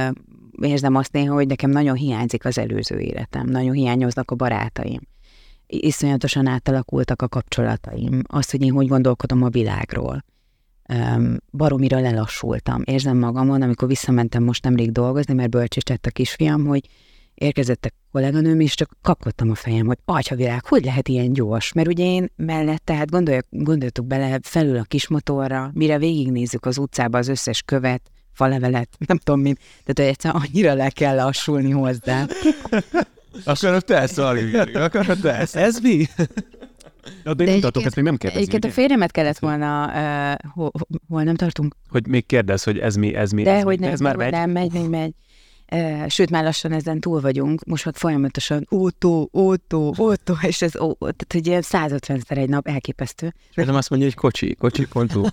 érzem azt néha, hogy nekem nagyon hiányzik az előző életem, nagyon hiányoznak a barátaim. Iszonyatosan átalakultak a kapcsolataim, azt, hogy én hogy gondolkodom a világról. Baromira lelassultam. Érzem magamon, amikor visszamentem most nemrég dolgozni, mert bölcsés lett a kisfiam, hogy érkezett a kolléganőm, és csak kapkodtam a fejem, hogy atyavilág, hogy lehet ilyen gyors? Mert ugye én mellett, tehát gondoljatok bele, felül a kismotorra, mire végignézzük az utcába az összes követ, falevelet, nem tudom mint, tehát egyszerűen annyira le kell lassulni hozzá. Akarod te ezt, Alivieri? Akarod te ezt? Ez mi? De én mutatok, ezt még nem kérdezni. Egyébként a férjemet kellett volna, hol nem tartunk? Hogy még kérdez, hogy ez mi. De hogy nem, ez már megy? Nem, megy. Sőt, már lassan ezen túl vagyunk, most már folyamatosan autó, és ez, tehát hogy ilyen 150-szer egy nap elképesztő. Nem azt mondja, hogy kocsi.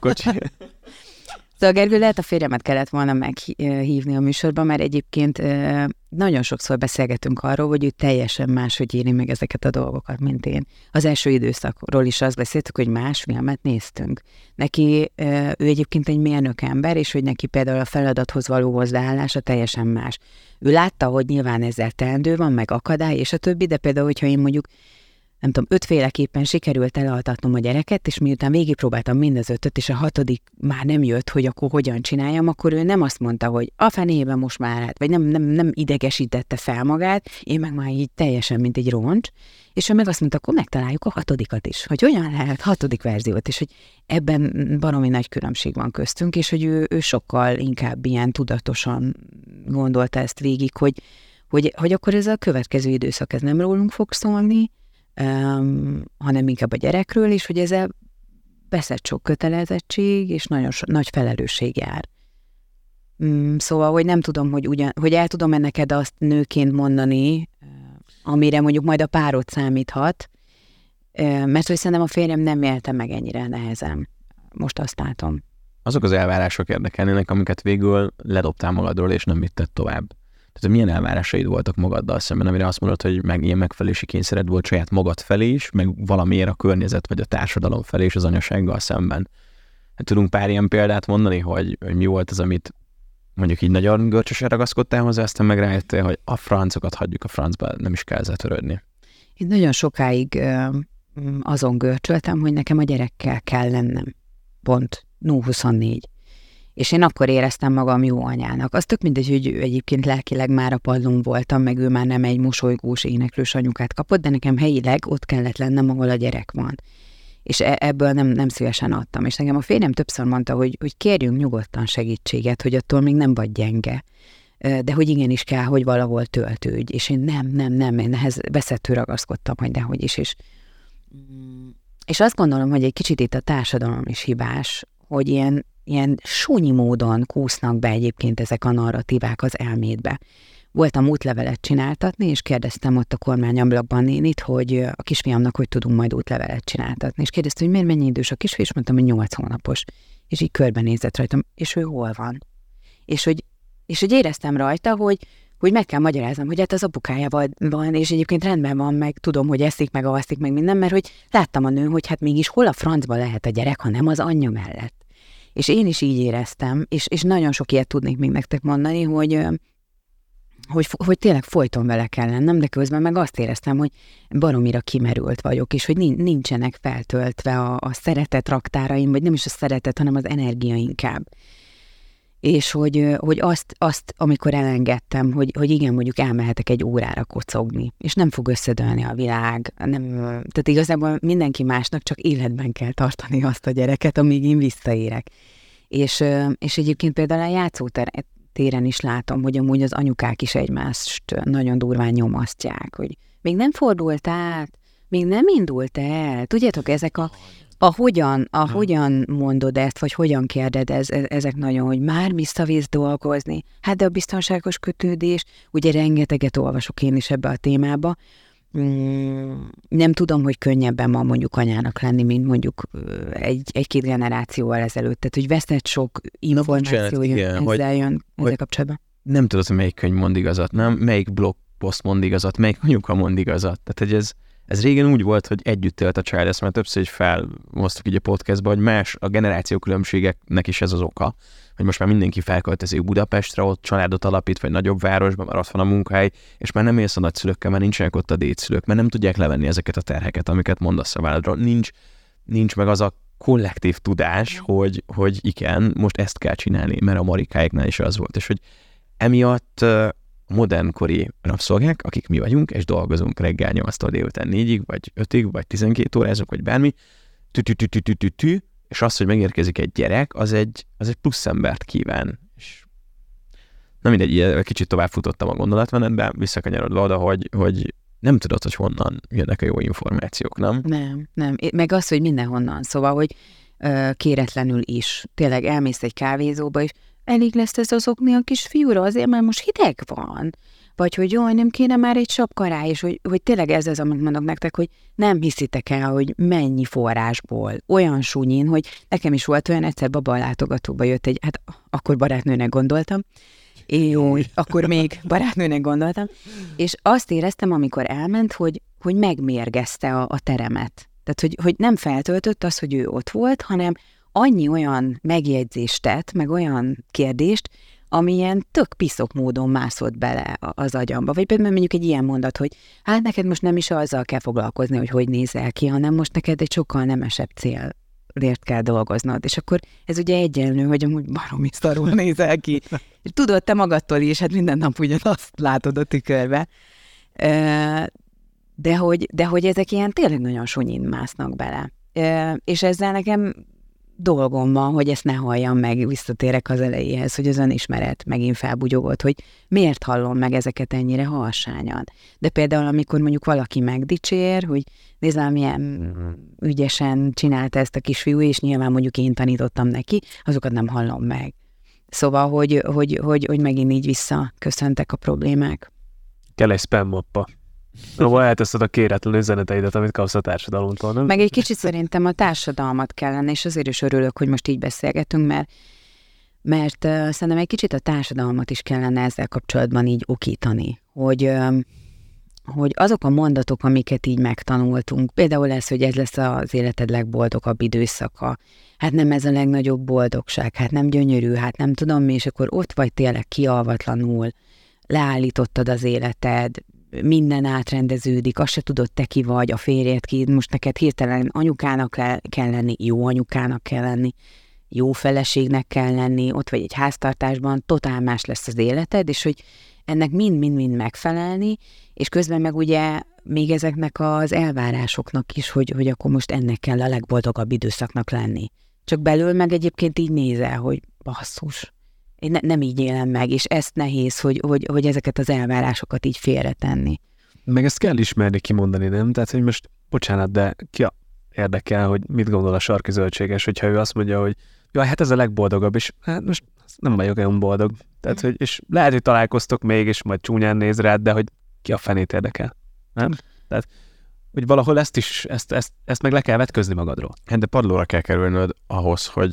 Szóval Gergő, lehet a férjemet kellett volna meghívni a műsorban, mert egyébként nagyon sokszor beszélgetünk arról, hogy ő teljesen máshogy éli meg ezeket a dolgokat, mint én. Az első időszakról is azt beszéltük, hogy más filmet néztünk. Neki, ő egyébként egy mérnök ember, és hogy neki például a feladathoz való hozzáállása teljesen más. Ő látta, hogy nyilván ezzel teendő van, meg akadály, és a többi, de például, hogyha én mondjuk nem tudom, 5 féleképpen sikerült elaltatnom a gyereket, és miután végigpróbáltam mind az 5-öt, és a 6. már nem jött, hogy akkor hogyan csináljam, akkor ő nem azt mondta, hogy a fenében most már hát, vagy nem idegesítette fel magát, én meg már így teljesen, mint egy roncs, és ő meg azt mondta, akkor megtaláljuk a 6. is, hogy hogyan lehet 6. verziót, és hogy ebben baromi nagy különbség van köztünk, és hogy ő sokkal inkább ilyen tudatosan gondolta ezt végig, hogy akkor ez a következő időszak, ez nem rólunk fog szólni, hanem inkább a gyerekről, és hogy ezzel veszett sok kötelezettség, és nagyon nagy felelősség jár. Szóval, hogy nem tudom, hogy el tudom-e neked azt nőként mondani, amire mondjuk majd a párod számíthat, mert hogy szerintem a férjem nem élte meg ennyire nehezen. Most azt látom. Azok az elvárások érdekelnének, amiket végül ledobtál magadról, és nem vitted tovább. Tehát milyen elvárásaid voltak magaddal szemben, amire azt mondod, hogy ilyen megfelelési kényszered volt saját magad felé is, meg valamiért a környezet vagy a társadalom felé és az anyasággal szemben. Tudunk pár ilyen példát mondani, hogy mi volt az, amit mondjuk így nagyon görcsösen ragaszkodtál hozzá, aztán meg rájöttél, hogy a francokat hagyjuk a francba, nem is kell ezzel törődni. Én nagyon sokáig azon görcsöltem, hogy nekem a gyerekkel kell lennem. Pont. 24. És én akkor éreztem magam jó anyának. Az tök mindegy, hogy egyébként lelkileg már a padlón voltam, meg ő már nem egy mosolygós, éneklős anyukát kapott, de nekem helyileg ott kellett lennem, ahol a gyerek van. És ebből nem szívesen adtam. És nekem a férjem többször mondta, hogy kérjünk nyugodtan segítséget, hogy attól még nem vagy gyenge. De hogy igenis kell, hogy valahol töltődj. És én nem, én ehhez veszettül ragaszkodtam, hogy dehogy is. És azt gondolom, hogy egy kicsit itt a társadalom is hibás, hogy ilyen súnyi módon kúsznak be egyébként ezek a narratívák az elmédbe. Voltam útlevelet csináltatni, és kérdeztem ott a kormányablakban nénit, hogy a kisfiamnak hogy tudunk majd útlevelet csináltatni. És kérdezte, hogy miért mennyi idős a kisfiú, és mondtam, hogy 8 hónapos. És így körbenézett rajtam, és ő hol van? És hogy éreztem rajta, hogy meg kell magyaráznom, hogy hát az apukájával van, és egyébként rendben van, meg tudom, hogy eszik, meg alszik, meg minden, mert hogy láttam a nő, hogy hát mégis hol a francba lehet a gyerek, ha nem az anyja mellett. És én is így éreztem, és nagyon sok ilyet tudnék még nektek mondani, hogy tényleg folyton vele kell lennem, de közben meg azt éreztem, hogy baromira kimerült vagyok, és hogy nincsenek feltöltve a szeretet raktáraim, vagy nem is a szeretet, hanem az energia inkább. És hogy azt amikor elengedtem, hogy igen, mondjuk elmehetek egy órára kocogni, és nem fog összedőlni a világ, tehát igazából mindenki másnak csak életben kell tartani azt a gyereket, amíg én visszaérek. És egyébként például a játszótéren is látom, hogy amúgy az anyukák is egymást nagyon durván nyomasztják, hogy még nem fordult át, még nem indult el. Tudjátok, ezek hogyan mondod ezt, vagy hogyan kérdez, ezek nagyon, hogy már visszavisz dolgozni. Hát de a biztonságos kötődés, ugye rengeteget olvasok én is ebbe a témába. Nem tudom, hogy könnyebben van mondjuk anyának lenni, mint mondjuk egy-két generációval ezelőtt. Tehát, hogy veszett sok információ jön ezzel kapcsolatban. Nem tudod, hogy melyik könyv mond igazat, nem? Melyik blogpost mond igazat, melyik anyuka mond igazat. Tehát, hogy ez régen úgy volt, hogy együtt élt a család, ezt már többször is felhoztuk így a podcastba, hogy más a generációkülönbségeknek is ez az oka, hogy most már mindenki felköltözik Budapestre, ott családot alapít, vagy nagyobb városban, mert ott van a munkahely, és már nem élsz a nagyszülőkkel, már nincsenek ott a dédszülők, mert nem tudják levenni ezeket a terheket, amiket mondasz a válladról. Nincs meg az a kollektív tudás, hogy igen, most ezt kell csinálni, mert a Marikáiknál is az volt, és hogy emiatt modernkori rabszolgák, akik mi vagyunk, és dolgozunk reggel 8-tól délután 4-ig, vagy 5-ig, vagy 12 órázunk, vagy bármi, és az, hogy megérkezik egy gyerek, az egy plusz embert kíván. És na mindegy, kicsit tovább futottam a gondolatmenetbe, visszakanyarodva oda, hogy nem tudod, hogy honnan jönnek a jó információk, nem? Nem. Meg az, hogy mindenhonnan. Szóval, hogy kéretlenül is. Tényleg elmész egy kávézóba, és elég lesz ez azokni a kis fiúra, azért, mert most hideg van. Vagy hogy jaj, nem kéne már egy sapka rá, és hogy tényleg ez az, amit mondok nektek, hogy nem hiszitek el, hogy mennyi forrásból, olyan súnyin, hogy nekem is volt olyan, egyszer babalátogatóba jött hát akkor barátnőnek gondoltam, jó, akkor még barátnőnek gondoltam, és azt éreztem, amikor elment, hogy megmérgezte a teremet. Tehát, hogy nem feltöltött az, hogy ő ott volt, hanem annyi olyan megjegyzést tett, meg olyan kérdést, amilyen tök piszok módon mászott bele az agyamba. Vagy például mondjuk egy ilyen mondat, hogy hát neked most nem is azzal kell foglalkozni, hogy nézel ki, hanem most neked egy sokkal nemesebb célért kell dolgoznod. És akkor ez ugye egyenlő, hogy amúgy baromi szarul nézel ki. És tudod, te magadtól is, hát minden nap ugyanazt látod a tükörbe. De hogy ezek ilyen tényleg nagyon sunyin másznak bele. És ezzel nekem dolgom van, hogy ezt ne halljam meg, visszatérek az elejéhez, hogy az önismeret megint felbugyogott, hogy miért hallom meg ezeket ennyire halsányan. De például, amikor mondjuk valaki megdicsér, hogy nézd, milyen ügyesen csinálta ezt a kisfiú, és nyilván mondjuk én tanítottam neki, azokat nem hallom meg. Szóval, hogy megint így visszaköszöntek a problémák. Kell egy spam mappa. Ahol elteszed a kéretlen üzeneteidet, amit kapsz a társadalomtól, nem? Meg egy kicsit szerintem a társadalmat kellene, és azért is örülök, hogy most így beszélgetünk, mert szerintem egy kicsit a társadalmat is kellene ezzel kapcsolatban így okítani, hogy azok a mondatok, amiket így megtanultunk, például ez, hogy ez lesz az életed legboldogabb időszaka, hát nem ez a legnagyobb boldogság, hát nem gyönyörű, hát nem tudom mi, és akkor ott vagy tényleg kialvatlanul, leállítottad az életed, minden átrendeződik, azt se tudod, te ki vagy, a férjed ki, most neked hirtelen anyukának kell lenni, jó anyukának kell lenni, jó feleségnek kell lenni, ott vagy egy háztartásban, totál más lesz az életed, és hogy ennek mind-mind megfelelni, és közben meg ugye még ezeknek az elvárásoknak is, hogy akkor most ennek kell a legboldogabb időszaknak lenni. Csak belül meg egyébként így nézel, hogy basszus, én nem így élem meg, és ezt nehéz, hogy ezeket az elvárásokat így félretenni. Meg ezt kell ismerni, kimondani, nem? Tehát, hogy most, bocsánat, de ki érdekel, hogy mit gondol a sarki zöldséges, hogyha ő azt mondja, hogy jaj, hát ez a legboldogabb, és hát most nem vagyok olyan boldog. Tehát, hogy, és lehet, hogy találkoztok még, és majd csúnyán néz rád, de hogy ki a fenét érdekel, nem? Tehát, hogy valahol ezt meg le kell vetközni magadról. Hát de padlóra kell kerülnöd ahhoz, hogy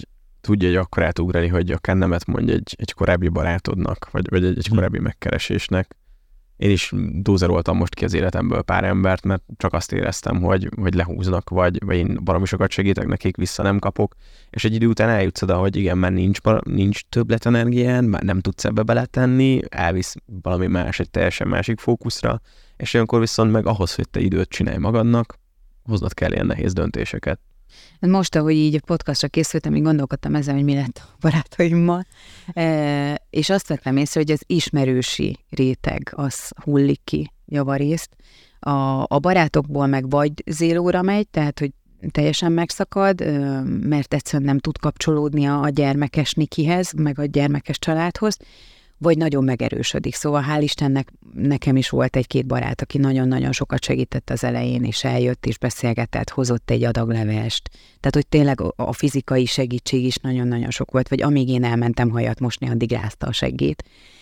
tudja egy akkorát ugrani, hogy akár nemet mondj egy korábbi barátodnak, vagy egy korábbi megkeresésnek. Én is dózeroltam most ki az életemből pár embert, mert csak azt éreztem, hogy lehúznak, vagy én baromi sokat segítek nekik, vissza nem kapok, és egy idő után eljutsz oda, hogy igen, már nincs többletenergián, már nem tudsz ebbe beletenni, elvisz valami más, egy teljesen másik fókuszra, és olyankor viszont meg ahhoz, hogy te időt csinálj magadnak, hoznod kell ilyen nehéz döntéseket. Most, ahogy így a podcastra készültem, így gondolkodtam ezen, hogy mi lett a barátaimmal, és azt vettem észre, hogy az ismerősi réteg, az hullik ki javarészt. A barátokból meg vagy zélóra megy, tehát, hogy teljesen megszakad, mert egyszerűen nem tud kapcsolódni a gyermekes Nikihez, meg a gyermekes családhoz, vagy nagyon megerősödik. Szóval hál' Istennek nekem is volt egy-két barát, aki nagyon-nagyon sokat segített az elején, és eljött, és beszélgetett, hozott egy adag levest. Tehát, hogy tényleg a fizikai segítség is nagyon-nagyon sok volt, vagy amíg én elmentem hajat mosni, addig rázta a seggét.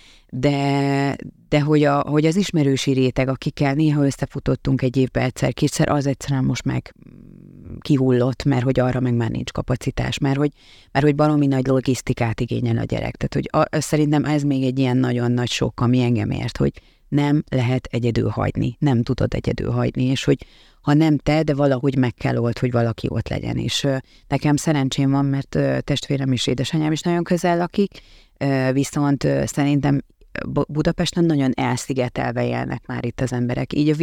De hogy az ismerősi réteg, akikkel néha összefutottunk egy évben egyszer-kétszer, az egyszerűen most meg kihullott, mert hogy arra meg már nincs kapacitás, mert hogy baromi nagy logisztikát igényel a gyerek. Tehát, hogy szerintem ez még egy ilyen nagyon nagy sok, ami engem ért, hogy nem lehet egyedül hagyni, nem tudod egyedül hagyni, és hogy ha nem te, de valahogy meg kell old, hogy valaki ott legyen. És nekem szerencsém van, mert testvérem és édesanyám is nagyon közel lakik, viszont szerintem Budapesten nagyon elszigetelve élnek már itt az emberek. Így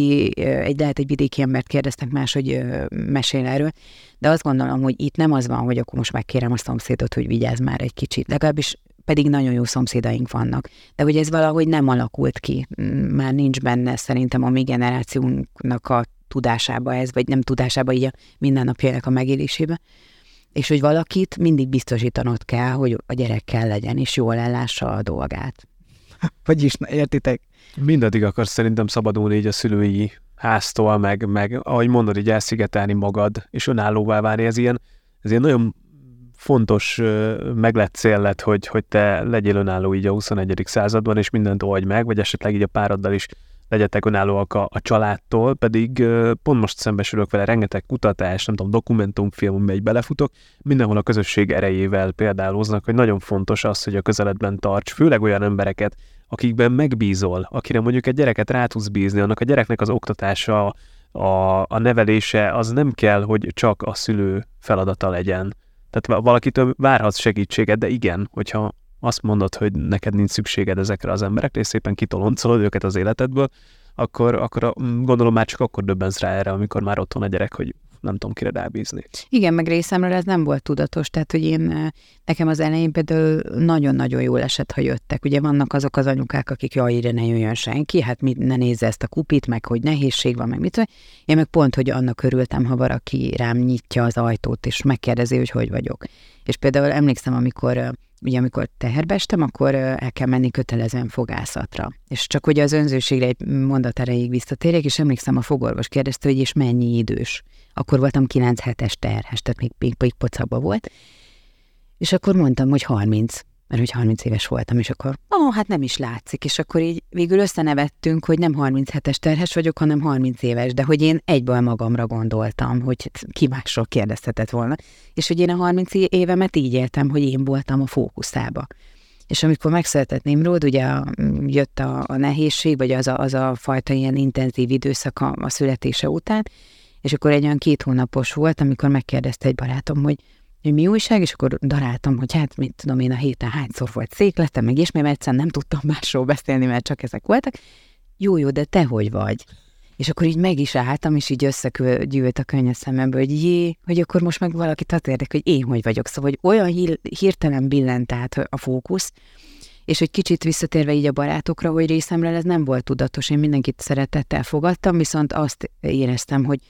lehet egy vidéki embert kérdeztek máshogy mesél erről, de azt gondolom, hogy itt nem az van, hogy akkor most megkérem a szomszédot, hogy vigyázz már egy kicsit. Legalábbis pedig nagyon jó szomszédaink vannak. De hogy ez valahogy nem alakult ki. Már nincs benne szerintem a mi generációnknak a tudásába ez, vagy nem tudásába, így a mindennapjának a megélésébe. És hogy valakit mindig biztosítanod kell, hogy a gyerek kell legyen, és jól ellássa a dolgát. Vagyis, értitek? Mindaddig akarsz szerintem szabadulni így a szülői háztól, meg ahogy mondod, így elszigetelni magad, és önállóvá válni. Ez ilyen nagyon fontos meglett cél lett, hogy te legyél önálló így a 21. században, és mindent oldj meg, vagy esetleg így a pároddal is legyetek önállóak a családtól, pedig pont most szembesülök vele, rengeteg kutatás, nem tudom, dokumentumfilm, amiben így belefutok, mindenhol a közösség erejével példálóznak, hogy nagyon fontos az, hogy a közeledben tarts, főleg olyan embereket, akikben megbízol, akire mondjuk egy gyereket rá tudsz bízni, annak a gyereknek az oktatása, a nevelése, az nem kell, hogy csak a szülő feladata legyen. Tehát valakitől várhatsz segítséget, de igen, hogyha azt mondod, hogy neked nincs szükséged ezekre az emberekre, és szépen kitoloncolod őket az életedből, akkor gondolom már csak akkor döbbensz rá erre, amikor már ott van a gyerek, hogy nem tudom kire rábízni. Igen, meg részemről ez nem volt tudatos, tehát hogy nekem az elején például nagyon-nagyon jól esett, ha jöttek. Ugye vannak azok az anyukák, akik jaj, ide ne jöjjön senki, hát ne nézze ezt a kupit, meg hogy nehézség van, meg mit. Én meg pont, hogy annak örültem, ha valaki rám nyitja az ajtót, és megkérdezi, hogy vagyok. És például emlékszem, amikor teherbe estem, akkor el kell menni kötelezően fogászatra. És csak hogy az önzőségre egy mondat erejéig visszatérjek, és emlékszem, a fogorvos kérdezte, hogy és mennyi idős. Akkor voltam 9 hetes terhes, tehát még pocakban volt. És akkor mondtam, hogy 30, mert hogy 30 éves voltam, és akkor, hát nem is látszik. És akkor így végül összenevettünk, hogy nem 37-es terhes vagyok, hanem 30 éves, de hogy én egyből magamra gondoltam, hogy ki másról kérdezhetett volna. És hogy én a 30 évemet így éltem, hogy én voltam a fókuszába. És amikor megszületett Nimród, ugye jött a nehézség, vagy az a fajta ilyen intenzív időszak a születése után, és akkor egy olyan 2 hónapos volt, amikor megkérdezte egy barátom, hogy mi újság, és akkor daráltam, hogy hát mit tudom én, a héten hányszor volt székletem, meg ismét egyszerűen nem tudtam másról beszélni, mert csak ezek voltak. Jó, de te hogy vagy? És akkor így meg is álltam, és így összegyűlt a könny a szemembe, hogy akkor most meg valakit hadd érdek, hogy én hogy vagyok. Szóval, hogy olyan hirtelen billent át a fókusz, és hogy kicsit visszatérve így a barátokra, hogy részemről ez nem volt tudatos, én mindenkit szeretettel fogadtam, viszont azt éreztem, hogy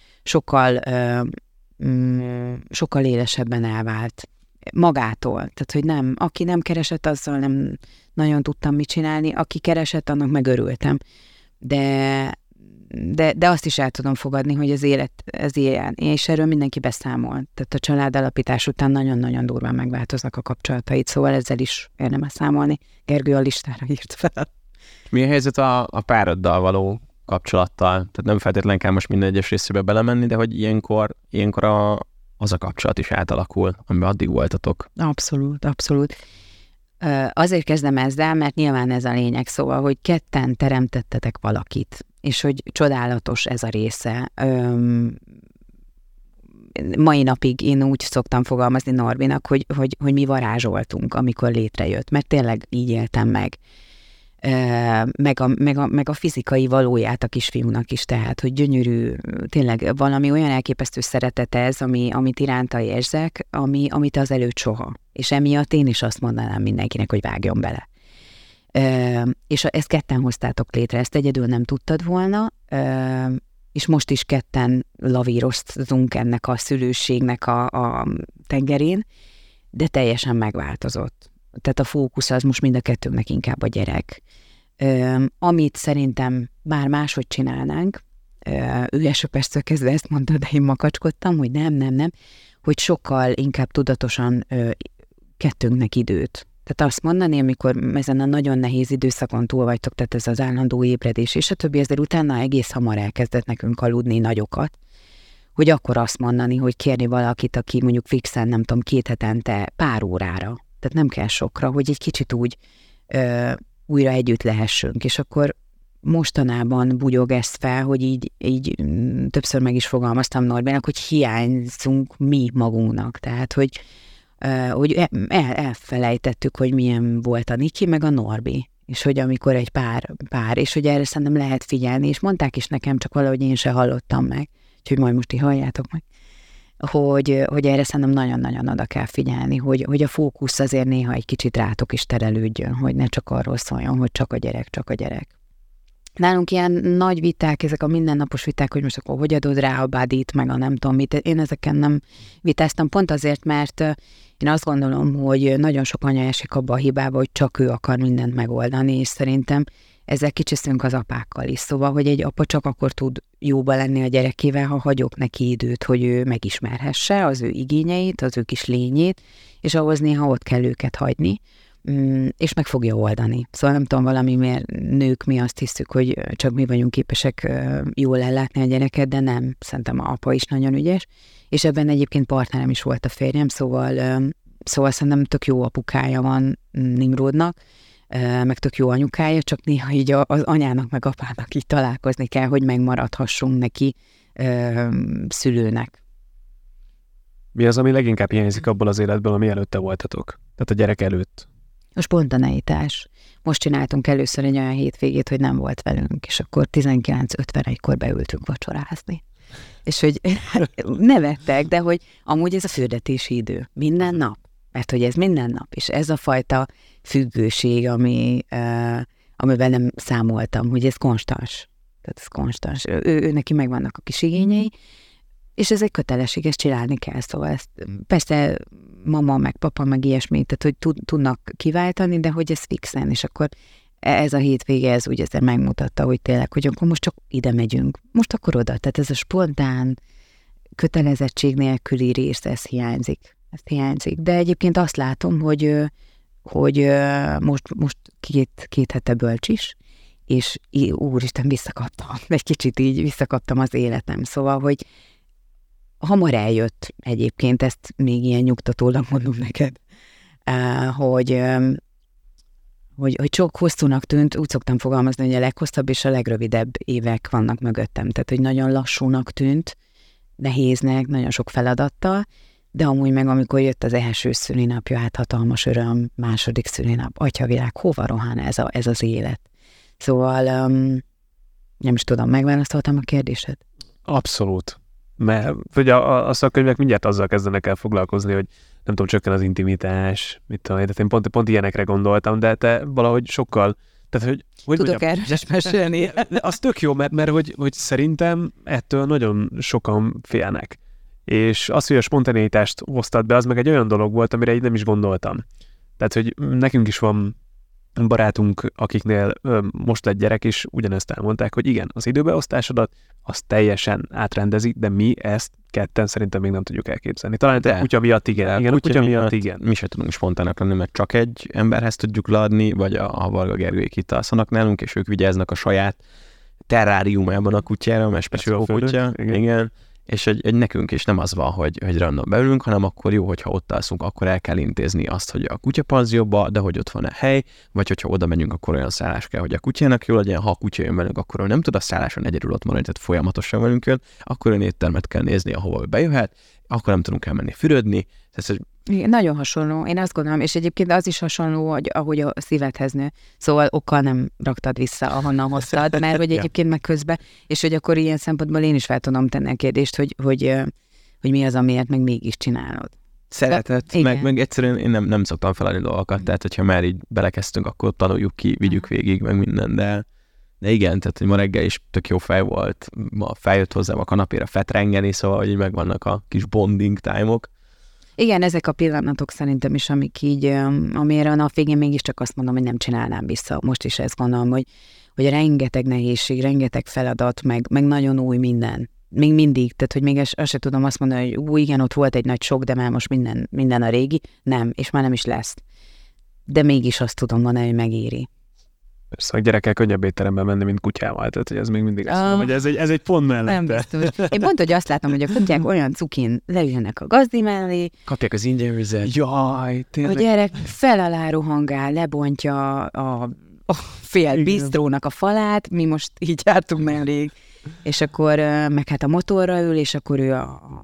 sokkal élesebben elvált magától. Tehát, hogy nem, aki nem keresett, azzal nem nagyon tudtam mit csinálni, aki keresett, annak megörültem. De azt is el tudom fogadni, hogy az élet ez ilyen, és erről mindenki beszámol. Tehát a családalapítás után nagyon-nagyon durván megváltoznak a kapcsolatait, szóval ezzel is érdemes számolni. Gergő a listára írt fel. Mi a helyzet a pároddal való kapcsolattal? Tehát nem feltétlenül kell most minden egyes részébe belemenni, de hogy ilyenkor az a kapcsolat is átalakul, amiben addig voltatok. Abszolút, abszolút. Azért kezdem ezzel, mert nyilván ez a lényeg, szóval, hogy ketten teremtettetek valakit, és hogy csodálatos ez a része. Mai napig én úgy szoktam fogalmazni Norbinak, hogy mi varázsoltunk, amikor létrejött, mert tényleg így éltem meg. Meg a fizikai valóját a kisfiúnak is, tehát, hogy gyönyörű, tényleg valami olyan elképesztő szeretet ez, amit iránta érzek, amit azelőtt soha. És emiatt én is azt mondanám mindenkinek, hogy vágjon bele. És ezt ketten hoztátok létre, ezt egyedül nem tudtad volna, és most is ketten lavíroztunk ennek a szülőségnek a tengerén, de teljesen megváltozott. Tehát a fókusz az most mind a kettőnknek inkább a gyerek. Amit szerintem már máshogy csinálnánk, ő első perctől kezdve ezt mondta, de én makacskodtam, hogy nem, hogy sokkal inkább tudatosan kettőnknek időt. Tehát azt mondani, amikor ezen a nagyon nehéz időszakon túl vagytok, tehát ez az állandó ébredés, és a többi, ezért utána egész hamar elkezdett nekünk aludni nagyokat, hogy akkor azt mondani, hogy kérni valakit, aki mondjuk fixen, nem tudom, 2 hetente pár órára, tehát nem kell sokra, hogy egy kicsit úgy újra együtt lehessünk, és akkor mostanában bugyog ezt fel, hogy így többször meg is fogalmaztam Norbinak, hogy hiányzunk mi magunknak, tehát hogy elfelejtettük, hogy milyen volt a Niki, meg a Norbi, és hogy amikor egy pár, és hogy erre szerintem lehet figyelni, és mondták is nekem, csak valahogy én se hallottam meg, úgyhogy majd most ti halljátok meg, hogy erre szerintem nagyon-nagyon oda kell figyelni, hogy a fókusz azért néha egy kicsit rátok is terelődjön, hogy ne csak arról szóljon, hogy csak a gyerek. Nálunk ilyen nagy viták, ezek a mindennapos viták, hogy most akkor hogy adod rá a buddyt, meg a nem tudom mit, én ezeken nem vitáztam, pont azért, mert én azt gondolom, hogy nagyon sok anya esik abba a hibába, hogy csak ő akar mindent megoldani, és szerintem ezzel kicsiszünk az apákkal is. Szóval, hogy egy apa csak akkor tud jóba lenni a gyerekével, ha hagyok neki időt, hogy ő megismerhesse az ő igényeit, az ő kis lényét, és ahhoz néha ott kell őket hagyni, és meg fogja oldani. Szóval nem tudom, valamiért nők mi azt hiszük, hogy csak mi vagyunk képesek jól ellátni a gyereket, de nem. Szerintem a apa is nagyon ügyes, és ebben egyébként partnerem is volt a férjem, szóval szerintem tök jó apukája van Nimrodnak, meg tök jó anyukája, csak néha így az anyának meg apának így találkozni kell, hogy megmaradhassunk neki szülőnek. Mi az, ami leginkább hiányzik abból az életből, ami előtte voltatok? Tehát a gyerek előtt. A spontaneitás. Most csináltunk először egy olyan hétvégét, hogy nem volt velünk, és akkor 19:51-kor beültünk vacsorázni. És hogy nevettek, de hogy amúgy ez a fürdetési idő. Minden nap. Mert hogy ez minden nap, és ez a fajta függőség, amivel nem számoltam, hogy ez konstans. Tehát ez konstans. Ő neki megvannak a kis igényei, és ez egy kötelesség, ezt csinálni kell. Szóval ezt persze mama, meg papa, meg ilyesmi, tehát hogy tudnak kiváltani, de hogy ez fixen, és akkor ez a hétvége, ez úgy ezzel megmutatta, hogy tényleg, hogy akkor most csak ide megyünk, most akkor oda. Tehát ez a spontán, kötelezettség nélküli rész, ez hiányzik. De egyébként azt látom, hogy most két hete bölcs is, és úristen, visszakaptam az életem. Szóval, hogy hamar eljött egyébként, ezt még ilyen nyugtatólag mondom neked, hogy sok hosszúnak tűnt, úgy szoktam fogalmazni, hogy a leghosszabb és a legrövidebb évek vannak mögöttem. Tehát, hogy nagyon lassúnak tűnt, nehéznek, nagyon sok feladattal, de amúgy meg, amikor jött az első szülinapja, hát hatalmas öröm, második szülinap, atyavilág, hova rohan ez az élet? Szóval nem is tudom, megválasztoltam a kérdésed? Abszolút. Mert ugye a szakkönyvek mindjárt azzal kezdenek el foglalkozni, hogy nem tudom, csökken az intimitás, mit tudom, tehát én pont ilyenekre gondoltam, de te valahogy sokkal, tehát hogy tudok erről is mesélni. Az tök jó, mert hogy szerintem ettől nagyon sokan félnek. És az, hogy a spontaneitást hoztad be, az meg egy olyan dolog volt, amire így nem is gondoltam. Tehát, hogy nekünk is van barátunk, akiknél most lett gyerek, és ugyanezt elmondták, hogy igen, az időbeosztásodat azt teljesen átrendezi, de mi ezt ketten szerintem még nem tudjuk elképzelni. Talán a kutya miatt igen. Igen, a kutya miatt igen. Mi se tudunk spontának lenni, mert csak egy emberhez tudjuk leadni, vagy a Varga Gergőjék itt alszanak nálunk, és ők vigyáznak a saját terráriumában a kutyára, mert speciál kutya. Igen. és egy nekünk is nem az van, hogy random beülünk, hanem akkor jó, hogyha ott alszunk, akkor el kell intézni azt, hogy a kutyapanzióba, de hogy ott van-e hely, vagy hogyha oda megyünk, akkor olyan szállás kell, hogy a kutyának jó legyen, ha a kutya jön velünk, akkor ő nem tud a szálláson egyedül ott maradni, tehát folyamatosan velünk jön, akkor olyan éttermet kell nézni, ahova ő bejöhet, akkor nem tudunk elmenni fürödni. Tehát, igen, nagyon hasonló, én azt gondolom, és egyébként az is hasonló, hogy ahogy a szívedhez nő, szóval okkal nem raktad vissza, ahonnan hoztad, mert hogy egyébként meg közben, és hogy akkor ilyen szempontból én is fel tudom tenni a kérdést, hogy mi az, amiért meg mégis csinálod. Szeretet, meg egyszerűen én nem szoktam feladni dolgokat, tehát hogyha már így belekezdtünk, akkor tanuljuk ki, vigyük végig, meg minden, de igen, tehát hogy ma reggel is tök jó fej volt, ma feljött hozzám a kanapéra fetrengeni, szóval hogy így megvannak a kis bonding time-ok. Igen, ezek a pillanatok szerintem is, amik így, amire a nap végén mégiscsak azt mondom, hogy nem csinálnám vissza. Most is ezt gondolom, hogy rengeteg nehézség, rengeteg feladat, meg nagyon új minden. Még mindig, tehát hogy még azt se tudom azt mondani, hogy igen, ott volt egy nagy sok, de már most minden a régi. Nem, és már nem is lesz. De mégis azt tudom mondani, hogy megéri. Persze, a gyerekkel könnyebb étteremben menni, mint kutyával, tehát hogy ez még mindig azt mondom, hogy ez egy pont mellette. Nem biztos. Én pont, hogy azt látom, hogy a kutyák olyan cukin leülnek a gazdi mellé. Kapják az ingyen vizet. Jaj, tényleg. A gyerek fel alá rohangál, lebontja a fél bistrónak a falát, mi most így jártunk elég, és akkor meg hát a motorra ül, és akkor ő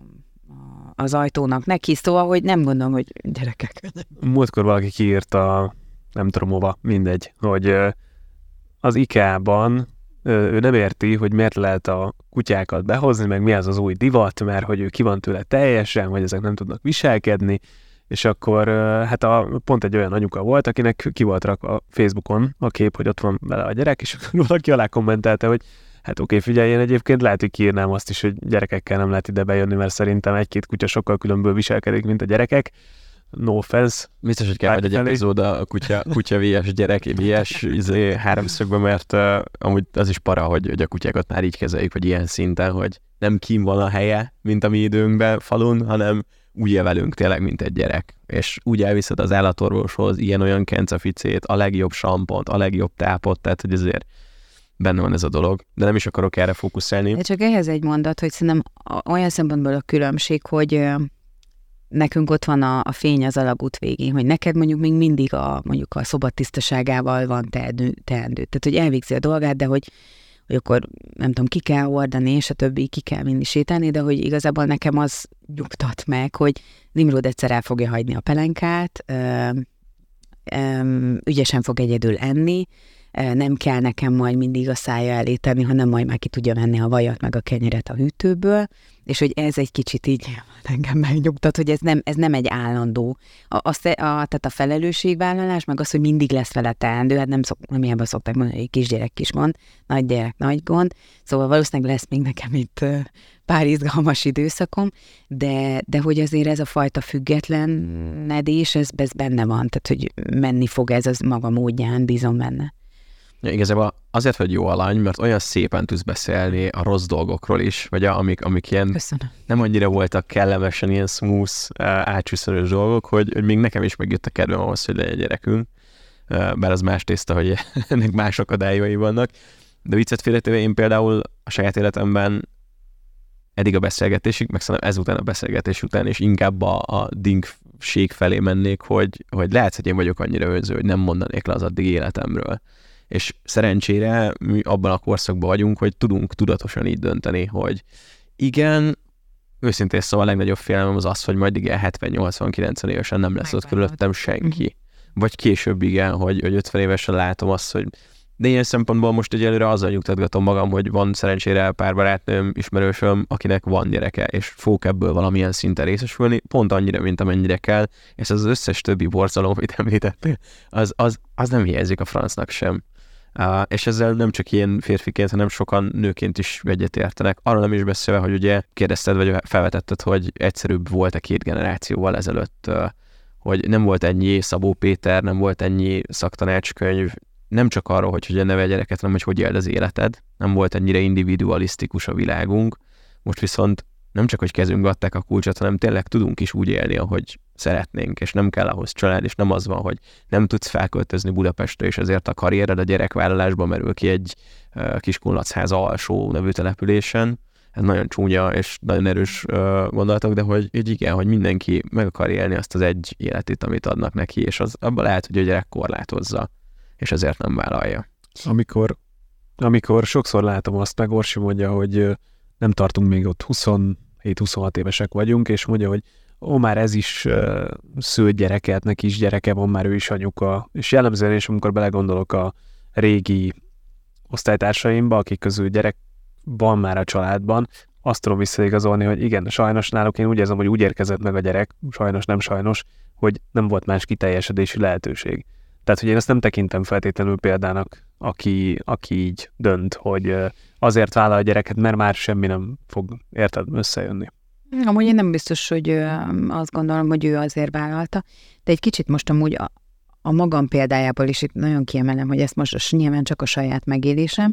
az ajtónak neki, szóval, hogy nem gondolom, hogy gyerekek. Múltkor valaki kiírta, nem tudom hova, mindegy, hogy az IKEA-ban ő nem érti, hogy miért lehet a kutyákat behozni, meg mi az az új divat, mert hogy ő ki van tőle teljesen, vagy ezek nem tudnak viselkedni, és akkor hát pont egy olyan anyuka volt, akinek ki volt rakva a Facebookon a kép, hogy ott van vele a gyerek, és valaki alá kommentelte, hogy hát oké, figyelj, én egyébként lehet, hogy kiírnám azt is, hogy gyerekekkel nem lehet ide bejönni, mert szerintem egy-két kutya sokkal különböző viselkedik, mint a gyerekek. No offense. Biztos, hogy kell majd egy epizód a kutya VS gyerek VS háromszögbe, mert amúgy az is para, hogy a kutyákat már így kezeljük, vagy ilyen szinten, hogy nem kín van a helye, mint a mi időnkben falun, hanem úgy él velünk tényleg, mint egy gyerek. És úgy elviszed az állatorvoshoz ilyen-olyan kencaficét, a legjobb sampont, a legjobb tápot, tehát hogy ezért benne van ez a dolog. De nem is akarok erre fókuszálni. De csak ehhez egy mondat, hogy szerintem olyan szempontból a különbség, hogy nekünk ott van a fény az alagút végén, hogy neked mondjuk még mindig mondjuk a szoba tisztaságával van teendő. Tehát, hogy elvégzi a dolgát, de hogy akkor nem tudom, ki kell hordani, és a többi ki kell mindig sétálni, de hogy igazából nekem az nyugtat meg, hogy Nimród egyszer el fogja hagyni a pelenkát, ügyesen fog egyedül enni, nem kell nekem majd mindig a szája elé tenni, hanem majd már ki tudja venni a vajat meg a kenyeret a hűtőből, és hogy ez egy kicsit így engem megnyugtat, hogy ez nem egy állandó. Tehát a felelősségvállalás, meg az, hogy mindig lesz vele teendő, hát nem ilyenben szokták mondani, hogy kisgyerek kis gond, nagy gyerek nagy gond, szóval valószínűleg lesz még nekem itt pár izgalmas időszakom, de hogy azért ez a fajta függetlenedés, ez benne van, tehát hogy menni fog ez az maga módján, bízom benne. Ja, igazából azért vagy jó alany, mert olyan szépen tudsz beszélni a rossz dolgokról is, vagy amik ilyen Köszönöm. Nem annyira voltak kellemesen ilyen smooth, átcsúszörös dolgok, hogy még nekem is megjött a kedvem ahhoz, hogy legyen gyerekünk, bár az más tészta, hogy ennek más akadályai vannak. De viccet félretéve én például a saját életemben eddig a beszélgetésig, meg szerintem ezután a beszélgetés után, és inkább a dingség felé mennék, hogy lehet, hogy én vagyok annyira önző, hogy nem mondanék le az addig életemről. És szerencsére mi abban a korszakban vagyunk, hogy tudunk tudatosan így dönteni, hogy igen, őszintén szóval a legnagyobb félelmem az, hogy majd igen 70-80-90 évesen nem lesz ott körülöttem senki. Vagy később igen, hogy 50 évesen látom azt, hogy de ilyen szempontból most egyelőre azzal nyugtatgatom magam, hogy van szerencsére pár barátnőm, ismerősöm, akinek van gyereke, és fogok ebből valamilyen szinten részesülni, pont annyira, mint amennyire kell, és az összes többi borzalom, amit említettél, az nem hiányzik a francnak sem. És ezzel nem csak ilyen férfiként, hanem sokan nőként is egyetértenek. Arról nem is beszélve, hogy ugye kérdezted, vagy felvetetted, hogy egyszerűbb volt-e 2 generációval ezelőtt, hogy nem volt ennyi Szabó Péter, nem volt ennyi szaktanácskönyv, nem csak arról, hogy hogyan nevelj gyereket, hanem hogy éld az életed. Nem volt ennyire individualisztikus a világunk. Most viszont nem csak, hogy kezünkbe adták a kulcsot, hanem tényleg tudunk is úgy élni, ahogy szeretnénk, és nem kell ahhoz család, és nem az van, hogy nem tudsz felköltözni Budapestre, és ezért a karriered a gyerekvállalásban merül ki egy Kiskunlachháza alsó nevű településen, ez nagyon csúnya és nagyon erős gondolatok, de hogy igen, hogy mindenki meg akar élni azt az egy életét, amit adnak neki, és az abban lehet, hogy a gyerek korlátozza, és ezért nem vállalja. Amikor sokszor látom azt, meg Orsi mondja, hogy nem tartunk még ott 27-26 évesek vagyunk, és mondja, hogy már ez is szült gyereket, neki is gyereke van, már ő is anyuka, és jellemzően is, amikor belegondolok a régi osztálytársaimba, akik közül gyerek van már a családban, azt tudom visszaigazolni, hogy igen, sajnos náluk én úgy érzem, hogy úgy érkezett meg a gyerek, sajnos nem sajnos, hogy nem volt más kiteljesedési lehetőség. Tehát, hogy én ezt nem tekintem feltétlenül példának, aki így dönt, hogy azért vállal a gyereket, mert már semmi nem fog összejönni. Amúgy én nem biztos, hogy azt gondolom, hogy ő azért vállalta, de egy kicsit most amúgy a magam példájából is itt nagyon kiemelem, hogy ezt most nyilván csak a saját megélésem.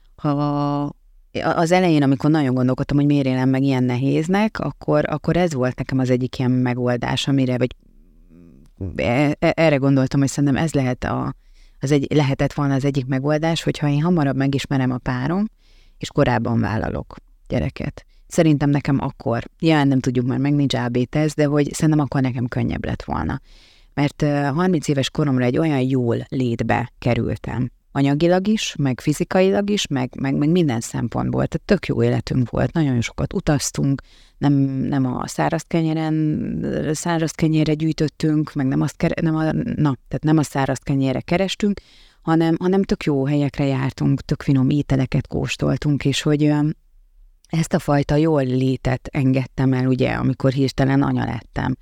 Az elején, amikor nagyon gondolkodtam, hogy miért élem meg ilyen nehéznek, akkor ez volt nekem az egyik ilyen megoldás, amire, vagy erre gondoltam, hogy szerintem ez lehetett volna az egyik megoldás, hogyha én hamarabb megismerem a párom, és korábban vállalok gyereket. Szerintem nekem akkor, nem tudjuk már, meg nincs AB-teszt, de hogy szerintem akkor nekem könnyebb lett volna. Mert 30 éves koromra egy olyan jól létbe kerültem. Anyagilag is, meg fizikailag is, meg minden szempontból. Tehát tök jó életünk volt, nagyon sokat utaztunk, nem a száraz kenyérre gyűjtöttünk, meg nem a száraz kenyérre kerestünk, hanem tök jó helyekre jártunk, tök finom ételeket kóstoltunk, és hogy ezt a fajta jól létet engedtem el, ugye, amikor hirtelen anya lettem.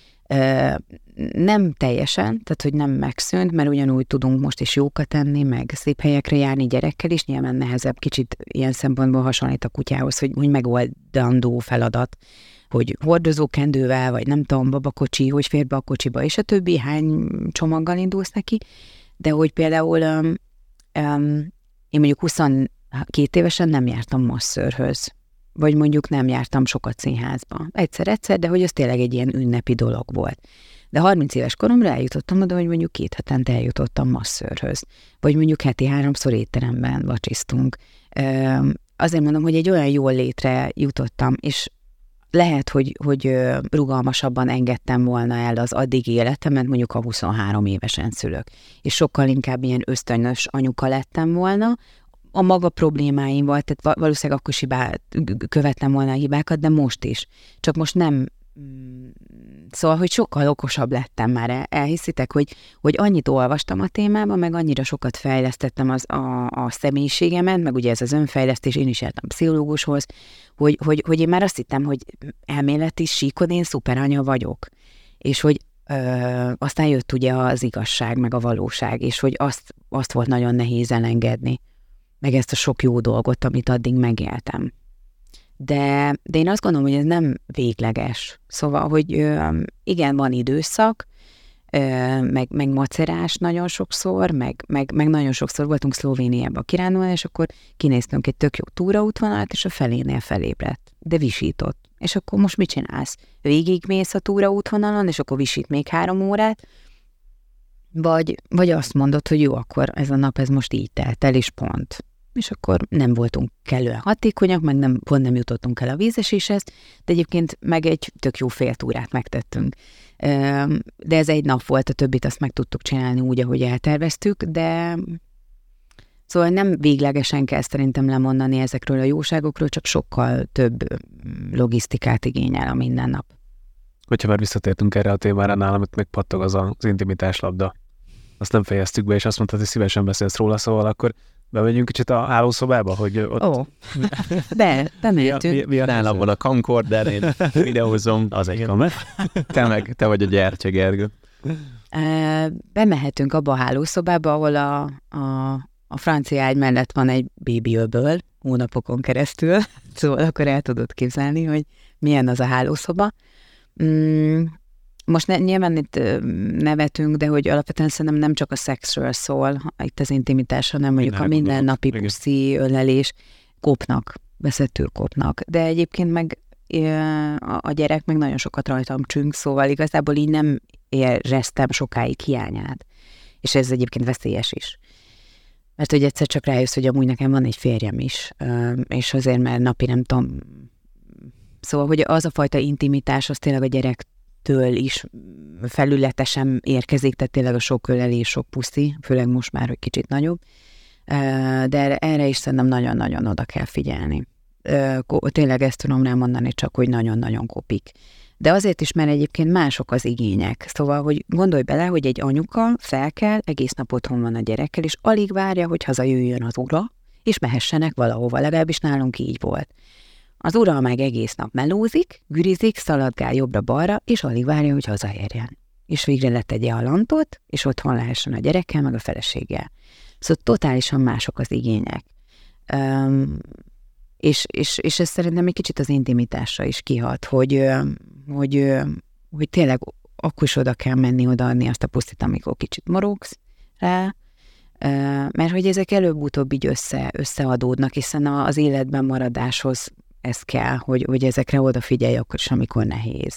Nem teljesen, tehát hogy nem megszűnt, mert ugyanúgy tudunk most is jókat enni, meg szép helyekre járni gyerekkel is, nyilván nehezebb, kicsit ilyen szempontból hasonlít a kutyához, hogy megoldandó feladat, hogy hordozókendővel, vagy nem tudom, babakocsi, hogy fér be a kocsiba, és a többi, hány csomaggal indulsz neki, de hogy például én mondjuk 22 évesen nem jártam masszörhöz, vagy mondjuk nem jártam sokat színházba. Egyszer, de hogy az tényleg egy ilyen ünnepi dolog volt. De 30 éves koromra eljutottam oda, hogy mondjuk 2 hetente eljutottam masszörhöz. Vagy mondjuk heti 3-szor étteremben vacsisztunk. Azért mondom, hogy egy olyan jól létre jutottam, és lehet, hogy rugalmasabban engedtem volna el az addig életemet, mondjuk a 23 évesen szülök. És sokkal inkább ilyen ösztönös anyuka lettem volna, a maga problémáimval, tehát valószínűleg akkor is követtem volna a hibákat, de most is. Csak most nem. Szóval, hogy sokkal okosabb lettem már. Elhiszitek, hogy annyit olvastam a témában, meg annyira sokat fejlesztettem a személyiségemet, meg ugye ez az önfejlesztés, én is jártam pszichológushoz, hogy én már azt hittem, hogy elméleti síkon én szuperanya vagyok. És hogy aztán jött ugye az igazság, meg a valóság, és hogy azt volt nagyon nehéz elengedni, meg ezt a sok jó dolgot, amit addig megéltem. De én azt gondolom, hogy ez nem végleges. Szóval, hogy igen, van időszak, meg macerás nagyon sokszor, meg nagyon sokszor voltunk Szlovéniában kirándulni, és akkor kinéztünk egy tök jó túraútvonalat, és a felénél felébredt, de visított. És akkor most mit csinálsz? Végigmész a túraútvonalon, és akkor visít még 3 órát, vagy azt mondod, hogy jó, akkor ez a nap ez most így telt el, és pont. És akkor nem voltunk kellően hatékonyak, meg pont nem jutottunk el a vízeséshez, de egyébként meg egy tök jó fél túrát megtettünk. De ez egy nap volt, a többit azt meg tudtuk csinálni úgy, ahogy elterveztük, de szóval nem véglegesen kell szerintem lemondani ezekről a jóságokról, csak sokkal több logisztikát igényel a mindennap. Hogyha már visszatértünk erre a témára, nálam itt még pattog az intimitás labda. Azt nem fejeztük be, és azt mondtad, hogy szívesen beszélsz róla, szóval akkor bemegyünk kicsit a hálószobába, hogy ott... bemehetünk. Nálam van a camcorder, én videózom. Az egy kamer. Te vagy a gyertya, Gergő. Bemehetünk abba a hálószobába, ahol a francia ágy mellett van egy bébiöböl hónapokon keresztül, szóval akkor el tudod képzelni, hogy milyen az a hálószoba. Most nyilván itt nevetünk, de hogy alapvetően szerintem nem csak a szexről szól itt az intimitás, hanem mondjuk a mindennapi puszi, ölelés, kopnak, veszettül kopnak. De egyébként meg a gyerek meg nagyon sokat rajtam csüng, szóval igazából így nem éreztem sokáig hiányát. És ez egyébként veszélyes is. Mert hogy egyszer csak rájössz, hogy amúgy nekem van egy férjem is, és azért, mert napi nem tudom. Szóval, hogy az a fajta intimitás, az tényleg a gyerektől is felületesen érkezik, tehát tényleg a sok ölelés, sok puszi, főleg most már, hogy kicsit nagyobb. De erre is szerintem nagyon-nagyon oda kell figyelni. Tényleg ezt tudom rá mondani, csak hogy nagyon-nagyon kopik. De azért is, mert egyébként mások az igények. Szóval, hogy gondolj bele, hogy egy anyuka felkel, egész nap otthon van a gyerekkel, és alig várja, hogy hazajöjjön az ura, és mehessenek valahova, legalábbis nálunk így volt. Az ura meg egész nap melózik, gürizik, szaladgál jobbra-balra, és alig várja, hogy hazaérjen. És végre letegye a lantot, és otthon lehessen a gyerekkel, meg a feleséggel. Szóval totálisan mások az igények. És ez szerintem egy kicsit az intimitásra is kihat, hogy tényleg akkor is oda kell menni, odaadni azt a pusztit, amikor kicsit morogsz rá, mert hogy ezek előbb-utóbb így összeadódnak, hiszen az életben maradáshoz ez kell, hogy ezekre odafigyelj akkor is, amikor nehéz.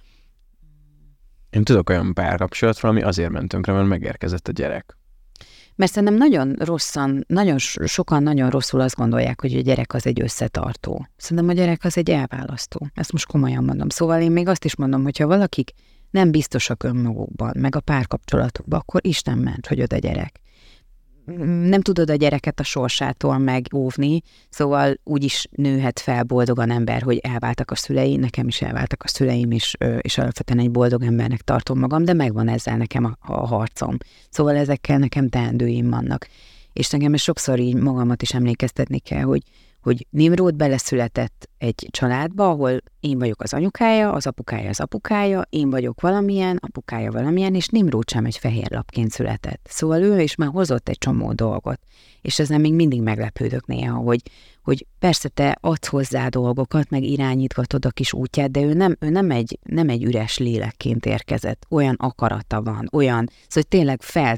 Én tudok olyan párkapcsolatról, ami azért ment tönkre, mert megérkezett a gyerek. Mert szerintem nagyon sokan nagyon rosszul azt gondolják, hogy a gyerek az egy összetartó. Szerintem a gyerek az egy elválasztó. Ezt most komolyan mondom. Szóval én még azt is mondom, hogyha valakik nem biztosak önmagukban, meg a párkapcsolatukban, akkor Isten ment, hogy oda gyerek. Nem tudod a gyereket a sorsától megóvni, szóval úgy is nőhet fel boldogan ember, hogy elváltak a szülei, nekem is elváltak a szüleim, és alapvetően egy boldog embernek tartom magam, de megvan ezzel nekem a harcom. Szóval ezekkel nekem teendőim vannak. És nekem sokszor így magamat is emlékeztetni kell, hogy Nimród beleszületett egy családba, ahol én vagyok az anyukája, az apukája, én vagyok valamilyen, apukája valamilyen, és Nimród sem egy fehér lapként született. Szóval ő is már hozott egy csomó dolgot. És ezen még mindig meglepődök néha, hogy persze te adsz hozzá dolgokat, meg irányítgatod a kis útját, de ő nem egy üres lélekként érkezett. Olyan akarata van, szóval tényleg fel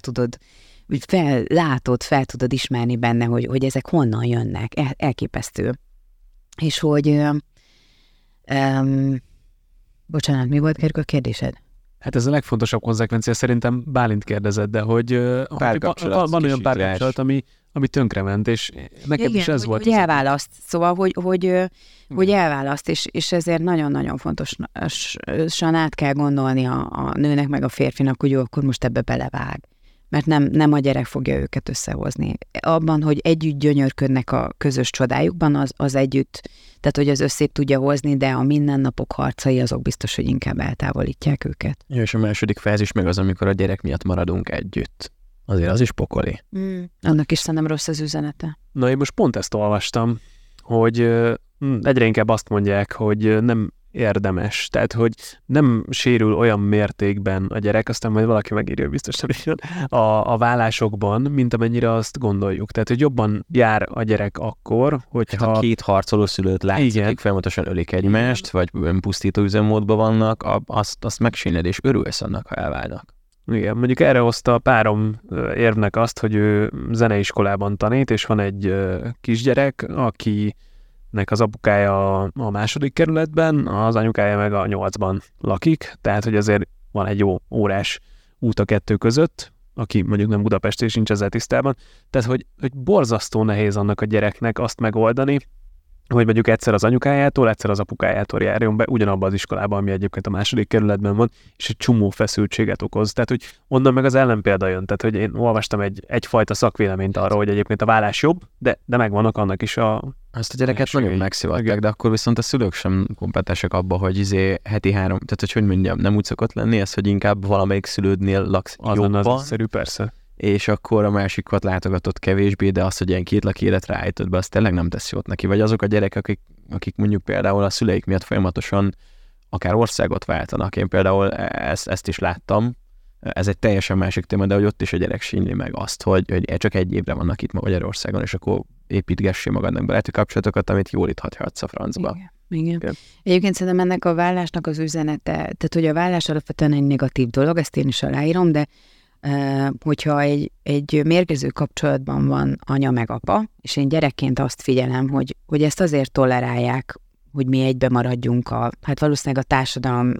tudod ismerni benne, hogy ezek honnan jönnek. Elképesztő. És hogy... bocsánat, mi volt, Gergő, a kérdésed? Hát ez a legfontosabb konzekvencia, szerintem Bálint kérdezett, de hogy van olyan párkapcsolat, ami tönkrement, és nekem igen, is ez volt. Hogy elválaszt. Szóval, hogy elválaszt, és ezért nagyon-nagyon fontosan át kell gondolni a nőnek meg a férfinak, hogy jó, akkor most ebbe belevág. Mert nem a gyerek fogja őket összehozni. Abban, hogy együtt gyönyörködnek a közös csodájukban, az együtt, tehát hogy az összép tudja hozni, de a mindennapok harcai azok biztos, hogy inkább eltávolítják őket. Ja, és a második fázis meg az, amikor a gyerek miatt maradunk együtt. Azért az is pokoli. Annak is szerintem rossz az üzenete. Na, én most pont ezt olvastam, hogy egyre inkább azt mondják, hogy nem érdemes. Tehát, hogy nem sérül olyan mértékben a gyerek, aztán majd valaki megírja, biztos nem így a vállásokban, mint amennyire azt gondoljuk. Tehát, hogy jobban jár a gyerek akkor, hogyha... Hát, ha két harcoló szülőt látsz, akik folyamatosan ölik egymást, vagy önpusztító üzemmódban vannak, azt megsínled, és örülsz annak, ha elválnak. Igen, mondjuk erre hozta a párom érvnek azt, hogy ő zeneiskolában tanít, és van egy kisgyerek, akinek az apukája a második kerületben, az anyukája meg a 8-ban lakik, tehát hogy azért van egy jó órás út a kettő között, aki mondjuk nem Budapest és nincs ezzel tisztában. Tehát, hogy borzasztó nehéz annak a gyereknek azt megoldani, hogy mondjuk egyszer az anyukájától, egyszer az apukájától járjon be ugyanabban az iskolában, ami egyébként a második kerületben van, és egy csomó feszültséget okoz. Tehát, hogy onnan meg az ellenpélda jön. Tehát, hogy én olvastam egyfajta szakvéleményt arról, hogy egyébként a vállás jobb, de megvannak annak is Ezt a gyereket nagyon megszivatják, de akkor viszont a szülők sem kompetensek abba, hogy heti 3, tehát hogy mondjam, nem úgy szokott lenni ez, hogy inkább valamelyik szülődnél laksz jobban. Az szerű, persze. És akkor a másikat látogatott kevésbé, de az, hogy ilyen két laki életre állítod be, az tényleg nem tesz jót neki. Vagy azok a gyerekek, akik mondjuk például a szüleik miatt folyamatosan akár országot váltanak. Én például ezt is láttam. Ez egy teljesen másik téma, de hogy ott is a gyerek sínli meg azt, hogy csak egy évre vannak itt Magyarországon, és akkor építgessé magadnak baráti kapcsolatokat, amit jól itt hagyhatsz a francba. Igen. Egyébként szerintem ennek a vállásnak az üzenete, tehát hogy a vállás alapvetően egy negatív dolog, ezt én is aláírom, de hogyha egy mérgező kapcsolatban van anya meg apa, és én gyerekként azt figyelem, hogy ezt azért tolerálják, hogy mi egybe maradjunk hát valószínűleg a társadalom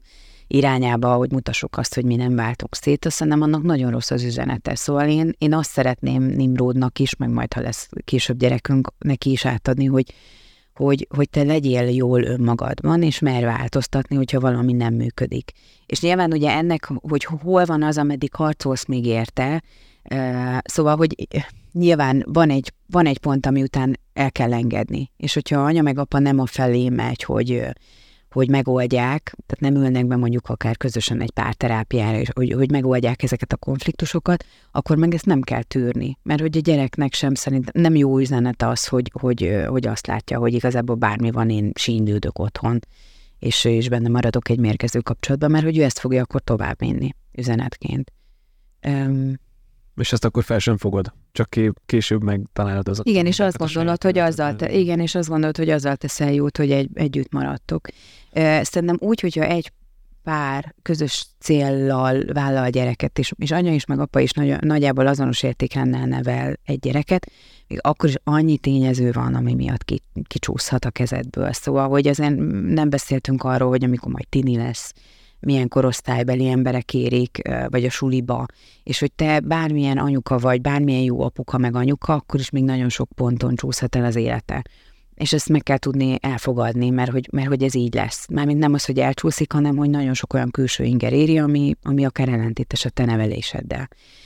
irányába, hogy mutassuk azt, hogy mi nem váltunk szét, azt szerintem annak nagyon rossz az üzenete. Szóval én azt szeretném Nimrodnak is, meg majd, ha lesz később gyerekünk, neki is átadni, hogy te legyél jól önmagadban, és merj változtatni, hogyha valami nem működik. És nyilván ugye ennek, hogy hol van az, ameddig harcolsz még érte, szóval, hogy nyilván van egy pont, ami után el kell engedni. És hogyha anya meg apa nem a felé megy, hogy megoldják, tehát nem ülnek be mondjuk akár közösen egy párterápiára, és hogy megoldják ezeket a konfliktusokat, akkor meg ezt nem kell tűrni. Mert hogy a gyereknek sem szerintem nem jó üzenet az, hogy azt látja, hogy igazából bármi van, én sínylődök otthon, és benne maradok egy mérgező kapcsolatban, mert hogy ő ezt fogja akkor továbbvinni üzenetként. És ezt akkor fel sem fogod, csak később megtalálod az. Igen, és azt gondolod, hogy azzal teszel jót, hogy együtt maradtok. Szerintem úgy, hogyha egy pár közös céllal vállal a gyereket, és anya is, meg apa is nagyjából azonos értékrendel nevel egy gyereket, még akkor is annyi tényező van, ami miatt kicsúszhat a kezedből. Szóval, hogy azért nem beszéltünk arról, hogy amikor majd tini lesz, milyen korosztálybeli emberek érik, vagy a suliba, és hogy te bármilyen anyuka vagy, bármilyen jó apuka meg anyuka, akkor is még nagyon sok ponton csúszhat el az élete. És ezt meg kell tudni elfogadni, mert hogy ez így lesz. Mármint nem az, hogy elcsúszik, hanem hogy nagyon sok olyan külső inger éri, ami akár ellentétes a te neveléseddel.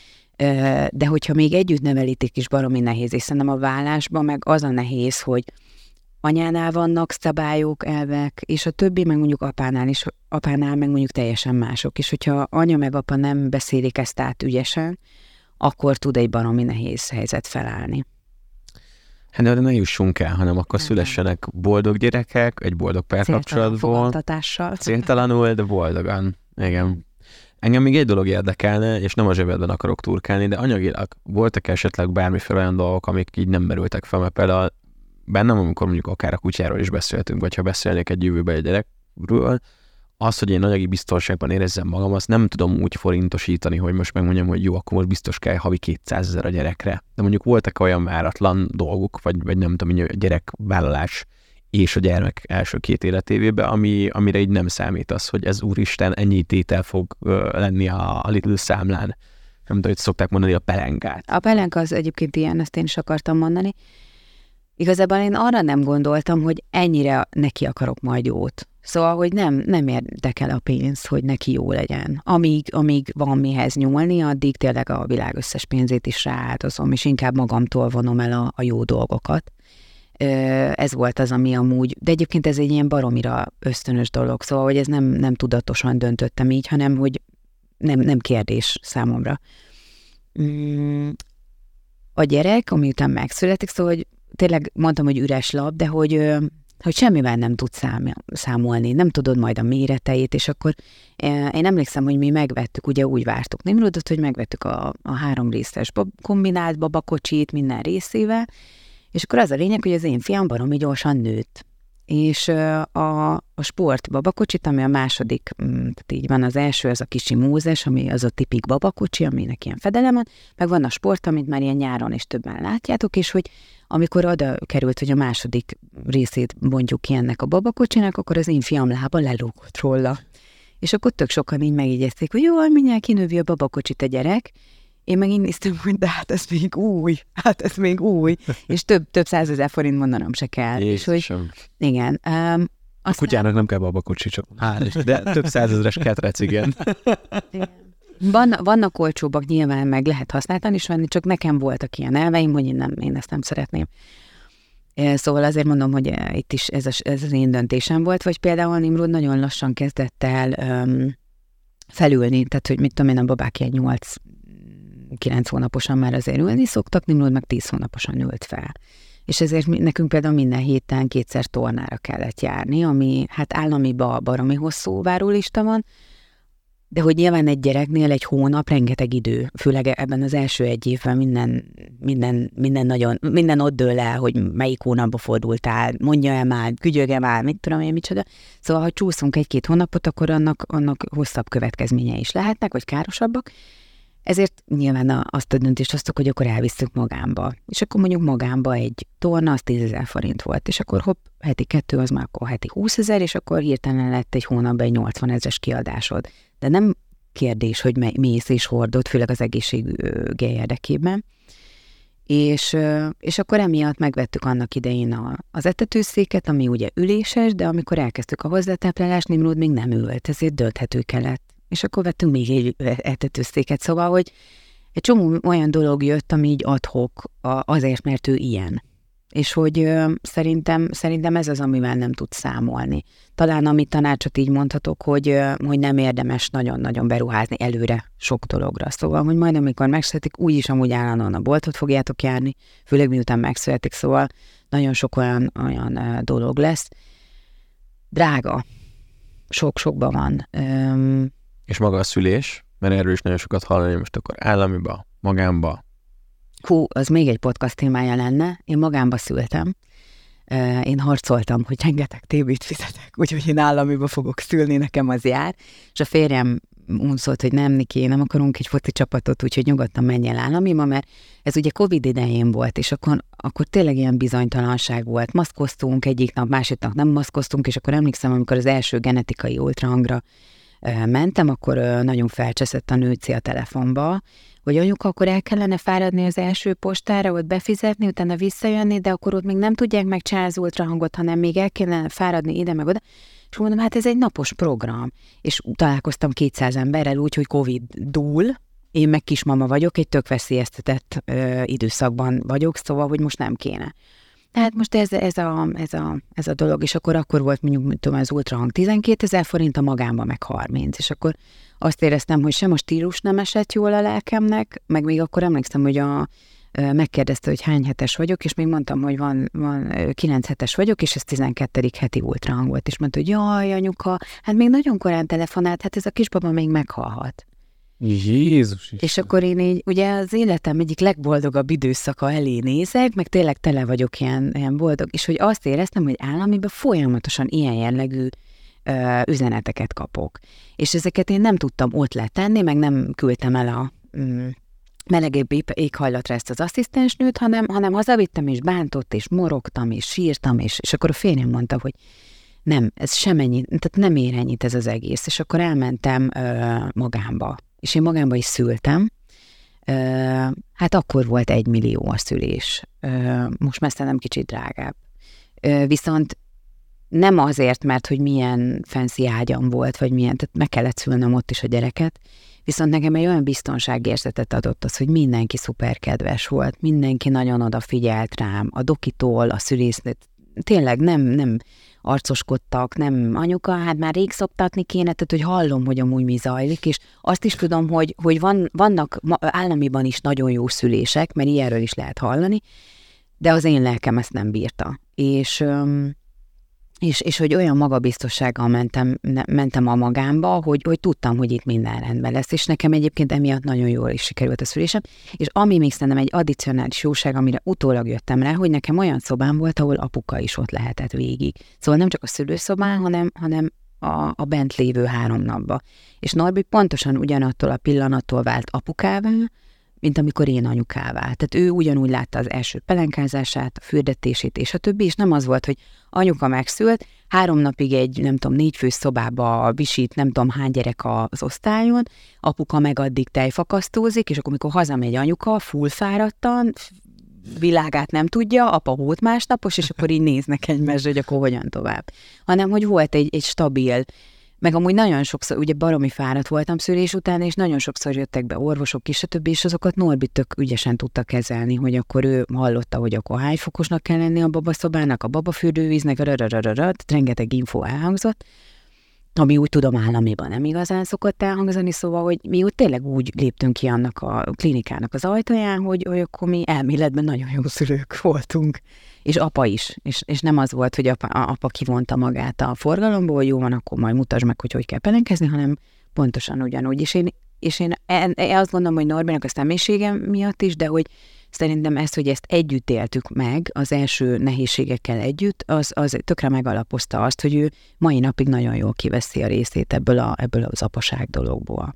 De hogyha még együtt nevelitik is, baromi nehéz, és szerintem a vállásban meg az a nehéz, hogy anyánál vannak szabályok, elvek, és a többi meg mondjuk apánál meg mondjuk teljesen mások. És hogyha anya meg apa nem beszélik ezt át ügyesen, akkor tud egy baromi nehéz helyzet felállni. Hát de ne jussunk el, hanem akkor szülessenek boldog gyerekek, egy boldog párkapcsolatból. Céltalanul, de boldogan. Igen. Engem még egy dolog érdekelne, és nem a zsebedben akarok turkálni, de anyagilag voltak esetleg bármiféle olyan dolgok, amik így nem merültek fel, mert például bennem, amikor mondjuk akár a kutyáról is beszéltünk, vagy ha beszélnék egy jövőben egy gyerekről, az, hogy én anyagi biztonságban érezzem magam, azt nem tudom úgy forintosítani, hogy most megmondjam, hogy jó, akkor most biztos kell havi 200 000 a gyerekre. De mondjuk voltak olyan váratlan dolgok, vagy nem tudom, a gyerekvállalás és a gyermek első 2 életévében, amire így nem számít az, hogy ez úristen, ennyi tétel fog lenni a Lidl számlán. Nem tudom, hogy szokták mondani a pelenkát. A pelenka az egyébként ilyen, ezt én is akartam mondani. Igazából én arra nem gondoltam, hogy ennyire neki akarok majd jót. Szóval, hogy nem érdekel a pénz, hogy neki jó legyen. Amíg van mihez nyúlni, addig tényleg a világ összes pénzét is rááldozom, és inkább magamtól vonom el a jó dolgokat. Ez volt az, ami amúgy, de egyébként ez egy ilyen baromira ösztönös dolog, szóval, hogy ez nem tudatosan döntöttem így, hanem, hogy nem kérdés számomra. A gyerek, ami után megszületik, szóval, hogy tényleg mondtam, hogy üres lap, de hogy semmivel nem tudsz számolni, nem tudod majd a méreteit, és akkor én emlékszem, hogy mi megvettük, ugye úgy vártuk Nimrodot, hogy megvettük a 3 részes kombinált babakocsit minden részével, és akkor az a lényeg, hogy az én fiam baromi gyorsan nőtt. És a sport babakocsit, ami a második, tehát így van az első, az a kisi Mózes, ami az a tipik babakocsi, aminek ilyen fedele van, meg van a sport, amit már ilyen nyáron és többen látjátok, és hogy amikor oda került, hogy a második részét bontjuk ki ennek a babakocsinak, akkor az én fiam lába lelógott róla. És akkor tök sokan így megigyezték, hogy jó, mindjárt kinövi a babakocsit a gyerek, én meg így néztem, hogy de hát ez még új, és több 100 000 forint mondanom se kell. És hogy, igen. A kutyának nem kell babakocsi, csak de több 100 000-es ketrec, igen. Vannak olcsóbbak, nyilván meg lehet használtan is venni, csak nekem voltak ilyen elveim, hogy én ezt nem szeretném. Szóval azért mondom, hogy itt is ez az én döntésem volt, vagy például Nimrod nagyon lassan kezdett el felülni, tehát hogy mit tudom én, a babák ilyen 8-9 hónaposan már azért ülni szoktak, Nimrod meg 10 hónaposan ült fel. És ezért nekünk például minden héten 2-szer tornára kellett járni, ami hát államiba baromi hosszú várólista van, de hogy nyilván egy gyereknél egy hónap rengeteg idő, főleg ebben az első 1 évben minden ott dől el, hogy melyik hónapba fordultál, mondja el már, kügyöge már, mit tudom én, micsoda. Szóval, ha csúszunk 1-2 hónapot, akkor annak hosszabb következményei is lehetnek, vagy károsabbak. Ezért nyilván azt a döntést hoztuk, hogy akkor elvisztük magánba. És akkor mondjuk magánba egy torna, az 10 000 forint volt. És akkor hopp, heti 2, az már akkor heti 20 000, és akkor hirtelen lett egy hónapban egy 80 000-es kiadásod. De nem kérdés, hogy mész és hordod, főleg az egészségügyi érdekében. És akkor emiatt megvettük annak idején az etetőszéket, ami ugye üléses, de amikor elkezdtük a hozzátáplálást, Nimród még nem ült, ezért dönthető kellett. És akkor vettünk még egy etetőszéket, szóval, hogy egy csomó olyan dolog jött, ami így ad-hoc, azért, mert ő ilyen. És hogy szerintem ez az, amivel nem tud számolni. Talán amit tanácsot így mondhatok, hogy nem érdemes nagyon-nagyon beruházni előre sok dologra. Szóval, hogy majd amikor megszületik, úgyis amúgy állandóan a boltot fogjátok járni, főleg miután megszületik, szóval nagyon sok olyan dolog lesz. Drága. Sok-sokban van. És maga a szülés, mert erről is nagyon sokat hallani, most akkor államiba, magánba. Hú, az még egy podcast témája lenne. Én magánba szültem. Én harcoltam, hogy rengeteg TB-t fizetek, úgyhogy én államiba fogok szülni, nekem az jár. És a férjem unszolt, hogy nem, Niki, nem akarunk egy foci csapatot, úgyhogy nyugodtan menjél államiba, mert ez ugye Covid idején volt, és akkor tényleg ilyen bizonytalanság volt. Maszkoztunk egyik nap, másik nap nem maszkoztunk, és akkor emlékszem, amikor az első genetikai ultrahangra mentem, akkor nagyon felcseszett a nőci a telefonba, hogy anyuka, akkor el kellene fáradni az első postára, ott befizetni, utána visszajönni, de akkor ott még nem tudják megcsinálni az ultrahangot, hanem még el kellene fáradni ide meg oda. És mondom, hát ez egy napos program. És találkoztam 200 emberrel úgy, hogy Covid dúl, én meg kismama vagyok, egy tök veszélyeztetett időszakban vagyok, szóval, hogy most nem kéne. Tehát most ez a dolog, és akkor volt mondjuk az ultrahang 12 000 forint, a magánban meg 30, és akkor azt éreztem, hogy sem a stílus nem esett jól a lelkemnek, meg még akkor emlékszem, hogy megkérdezte, hogy hány hetes vagyok, és még mondtam, hogy van 9 hetes vagyok, és ez 12. heti ultrahang volt, és mondta, hogy jaj, anyuka, hát még nagyon korán telefonált, hát ez a kisbaba még meghalhat. Jézus Isten. És akkor én így, ugye az életem egyik legboldogabb időszaka elé nézek, meg tényleg tele vagyok ilyen boldog, és hogy azt éreztem, hogy államiban folyamatosan ilyen jellegű üzeneteket kapok. És ezeket én nem tudtam ott letenni, meg nem küldtem el a melegebb éghajlatra ezt az asszisztensnőt, hanem hazavittem, és bántott, és morogtam, és sírtam, és akkor a férjem mondta, hogy nem, ez sem ennyi, tehát nem ér ennyit ez az egész. És akkor elmentem magánba. És én magánba is szültem. Hát akkor volt 1 millió a szülés. Most már szerintem kicsit drágább. Viszont nem azért, mert hogy milyen fancy ágyam volt, vagy milyen, tehát meg kellett szülnöm ott is a gyereket, viszont nekem egy olyan biztonságérzetet adott az, hogy mindenki szuper kedves volt, mindenki nagyon odafigyelt rám, a dokitól, a szülésznőt, tényleg nem arcoskodtak, nem anyuka, hát már rég szoptatni kéne, tehát hogy hallom, hogy amúgy mi zajlik, és azt is tudom, hogy vannak államiban is nagyon jó szülések, mert ilyenről is lehet hallani, de az én lelkem ezt nem bírta. És hogy olyan magabiztossággal mentem a magámba, hogy tudtam, hogy itt minden rendben lesz, és nekem egyébként emiatt nagyon jól is sikerült a szülésem, és ami még szerintem egy addicionális jóság, amire utólag jöttem rá, hogy nekem olyan szobám volt, ahol apuka is ott lehetett végig. Szóval nem csak a szülőszobán, hanem a bent lévő 3 napba. És Norbi pontosan ugyanattól a pillanattól vált apukává, mint amikor én anyukává. Tehát ő ugyanúgy látta az első pelenkázását, a fürdetését és a többi, és nem az volt, hogy anyuka megszült, 3 napig egy, nem tudom, 4 fős szobába visít, nem tudom hány gyerek az osztályon, apuka meg addig tejfakasztózik, és akkor amikor hazamegy anyuka, full fáradtan, világát nem tudja, apa volt másnapos, és akkor így néznek egymásra, hogy akkor hogyan tovább. Hanem, hogy volt egy stabil, meg amúgy nagyon sokszor, ugye baromi fáradt voltam szülés után, és nagyon sokszor jöttek be orvosok is, stb. És azokat Norbi tök ügyesen tudta kezelni, hogy akkor ő hallotta, hogy akkor hány fokosnak kell lenni a babaszobának, a babafürdővíznek, rengeteg info elhangzott, ami úgy tudom államiban nem igazán szokott elhangzani, szóval, hogy mi úgy tényleg úgy léptünk ki annak a klinikának az ajtaján, hogy akkor mi elméletben nagyon jó szülők voltunk. És apa is. És nem az volt, hogy apa kivonta magát a forgalomból, jó van, akkor majd mutasd meg, hogy kell pelenkezni, hanem pontosan ugyanúgy. És én azt gondolom, hogy Norbinak a személyiségem miatt is, de hogy szerintem hogy ezt együtt éltük meg, az első nehézségekkel együtt, az tökre megalapozta azt, hogy ő mai napig nagyon jól kiveszi a részét ebből az apaság dologból.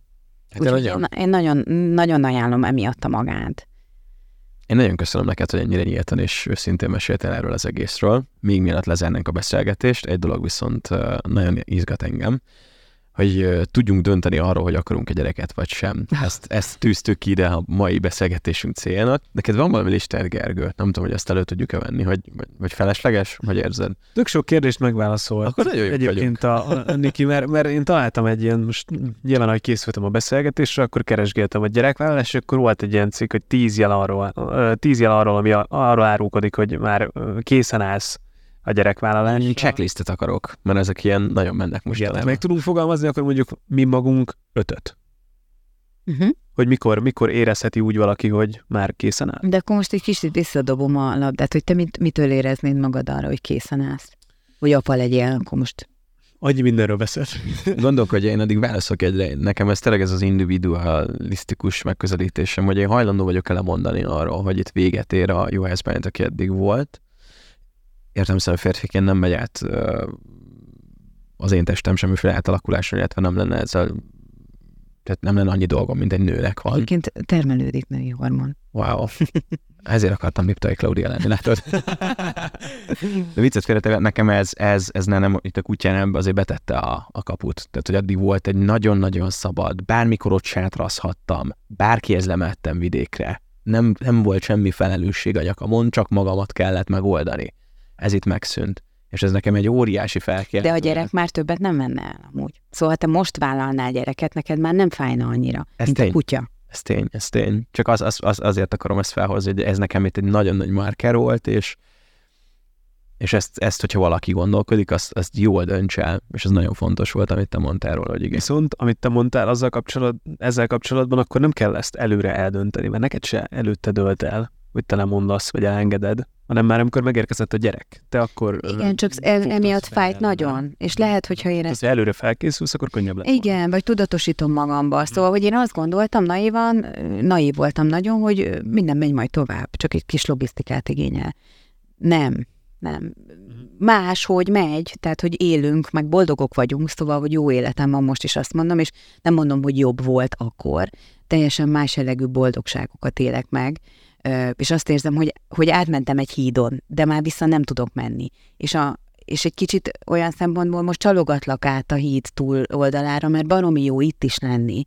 Én nagyon ajánlom emiatt a magát. Én nagyon köszönöm neked, hogy ennyire nyíltan és őszintén meséltél erről az egészről. Még mielőtt lezárnánk a beszélgetést, egy dolog viszont nagyon izgat engem, hogy tudjunk dönteni arról, hogy akarunk egy gyereket vagy sem. Ezt tűztük ki ide a mai beszélgetésünk céljának. Neked van valami listád, Gergő? Nem tudom, hogy ezt elő tudjuk-e venni, vagy felesleges, vagy érzed? Tök sok kérdést megválaszolt. Akkor nagyon jók egyébként a Niki, mert én találtam egy ilyen, most nyilván, ahogy készültem a beszélgetésre, akkor keresgéltem a gyerekvállalás, és akkor volt egy ilyen cikk, hogy 10 jel arról, ami arról árulkodik, hogy már készen állsz a gyerekvállalás. Checklistet akarok, mert ezek ilyen nagyon mennek most. Igen, meg tudunk fogalmazni, akkor mondjuk mi magunk 5-öt. Hogy mikor érezheti úgy valaki, hogy már készen áll. De akkor most egy kicsit visszadobom a labdát, hogy te mitől éreznéd magad arra, hogy készen állsz? Hogy apa legyél, akkor most... Annyi mindenről beszélt. Gondolkodj, én addig válaszolok egyre. Nekem ez tényleg ez az individualisztikus megközelítésem, hogy én hajlandó vagyok lemondani arról, hogy itt véget ér a Juhász Bálint, aki eddig volt. Értelemszerűen férfiként nem megy át az én testem semmiféle átalakuláson, illetve nem lenne ezzel, tehát nem lenne annyi dolgom, mint egy nőnek van. Egyébként termelődik női hormon. Wow. Ezért akartam Liptai Klaudia lenni, látod? De viccet félretéve, nekem ez nem, itt a kutyán azért betette a kaput. Tehát, hogy addig volt egy nagyon-nagyon szabad, bármikor ott sátrazhattam, bárkihez lemehettem vidékre. Nem volt semmi felelősség a nyakamon, csak magamat kellett megoldani. Ez itt megszűnt. És ez nekem egy óriási felkérdés. De a gyerek már többet nem venne el amúgy. Szóval te most vállalnál gyereket, neked már nem fájna annyira, mint a kutya. Ez tény. Csak azért akarom ezt felhozni, hogy ez nekem itt egy nagyon nagy marker volt, és ezt, hogyha valaki gondolkodik, azt jól dönts el, és ez nagyon fontos volt, amit te mondtál róla, hogy igen. Viszont, amit te mondtál ezzel kapcsolatban, akkor nem kell ezt előre eldönteni, mert neked se előtte dölt el, hogy te lemondasz, vagy elengeded, hanem már amikor megérkezett a gyerek. Te akkor... Igen, csak emiatt fájt nagyon. És lehet, hogyha én ezt... Ha előre felkészülsz, akkor könnyebb lesz. Igen, vagy tudatosítom magamba. Szóval, hogy én azt gondoltam naív voltam nagyon, hogy minden megy majd tovább, csak egy kis logisztikát igényel. Nem. Máshogy megy, tehát, hogy élünk, meg boldogok vagyunk, szóval, hogy jó életem van most is, azt mondom, és nem mondom, hogy jobb volt akkor. Teljesen más jellegű boldogságokat élek meg, és azt érzem, hogy átmentem egy hídon, de már vissza nem tudok menni. És egy kicsit olyan szempontból most csalogatlak át a híd túl oldalára, mert baromi jó itt is lenni.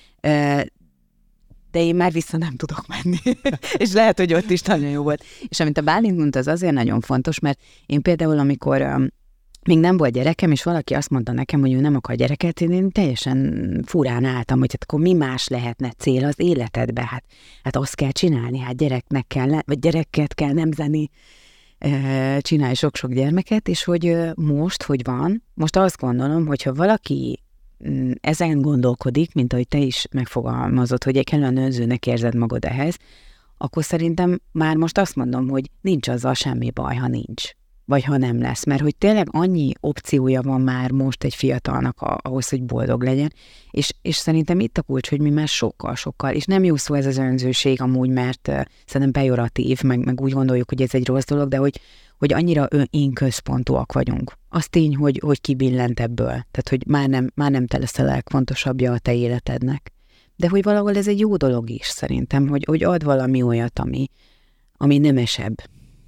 De én már vissza nem tudok menni. És lehet, hogy ott is nagyon jó volt. És amit a Bálint mondta, az azért nagyon fontos, mert én például, amikor még nem volt gyerekem, és valaki azt mondta nekem, hogy ő nem akar gyereket, én teljesen furán álltam, hogy hát akkor mi más lehetne cél az életedbe? Hát azt kell csinálni, hát gyereknek kell, vagy gyereket kell nemzeni, csinálj sok-sok gyermeket, és hogy most, hogy van, most azt gondolom, hogyha valaki ezen gondolkodik, mint ahogy te is megfogalmazod, hogy kellően önzőnek érzed magad ehhez, akkor szerintem már most azt mondom, hogy nincs azzal semmi baj, ha nincs. Vagy ha nem lesz, mert hogy tényleg annyi opciója van már most egy fiatalnak ahhoz, hogy boldog legyen, és szerintem itt a kulcs, hogy mi már sokkal, és nem jó szó ez az önzőség amúgy, mert szerintem pejoratív, meg úgy gondoljuk, hogy ez egy rossz dolog, de hogy annyira én központúak vagyunk. Az tény, hogy kibillent ebből, tehát hogy már nem te leszel a legfontosabbja a te életednek. De hogy valahol ez egy jó dolog is szerintem, hogy ad valami olyat, ami nemesebb.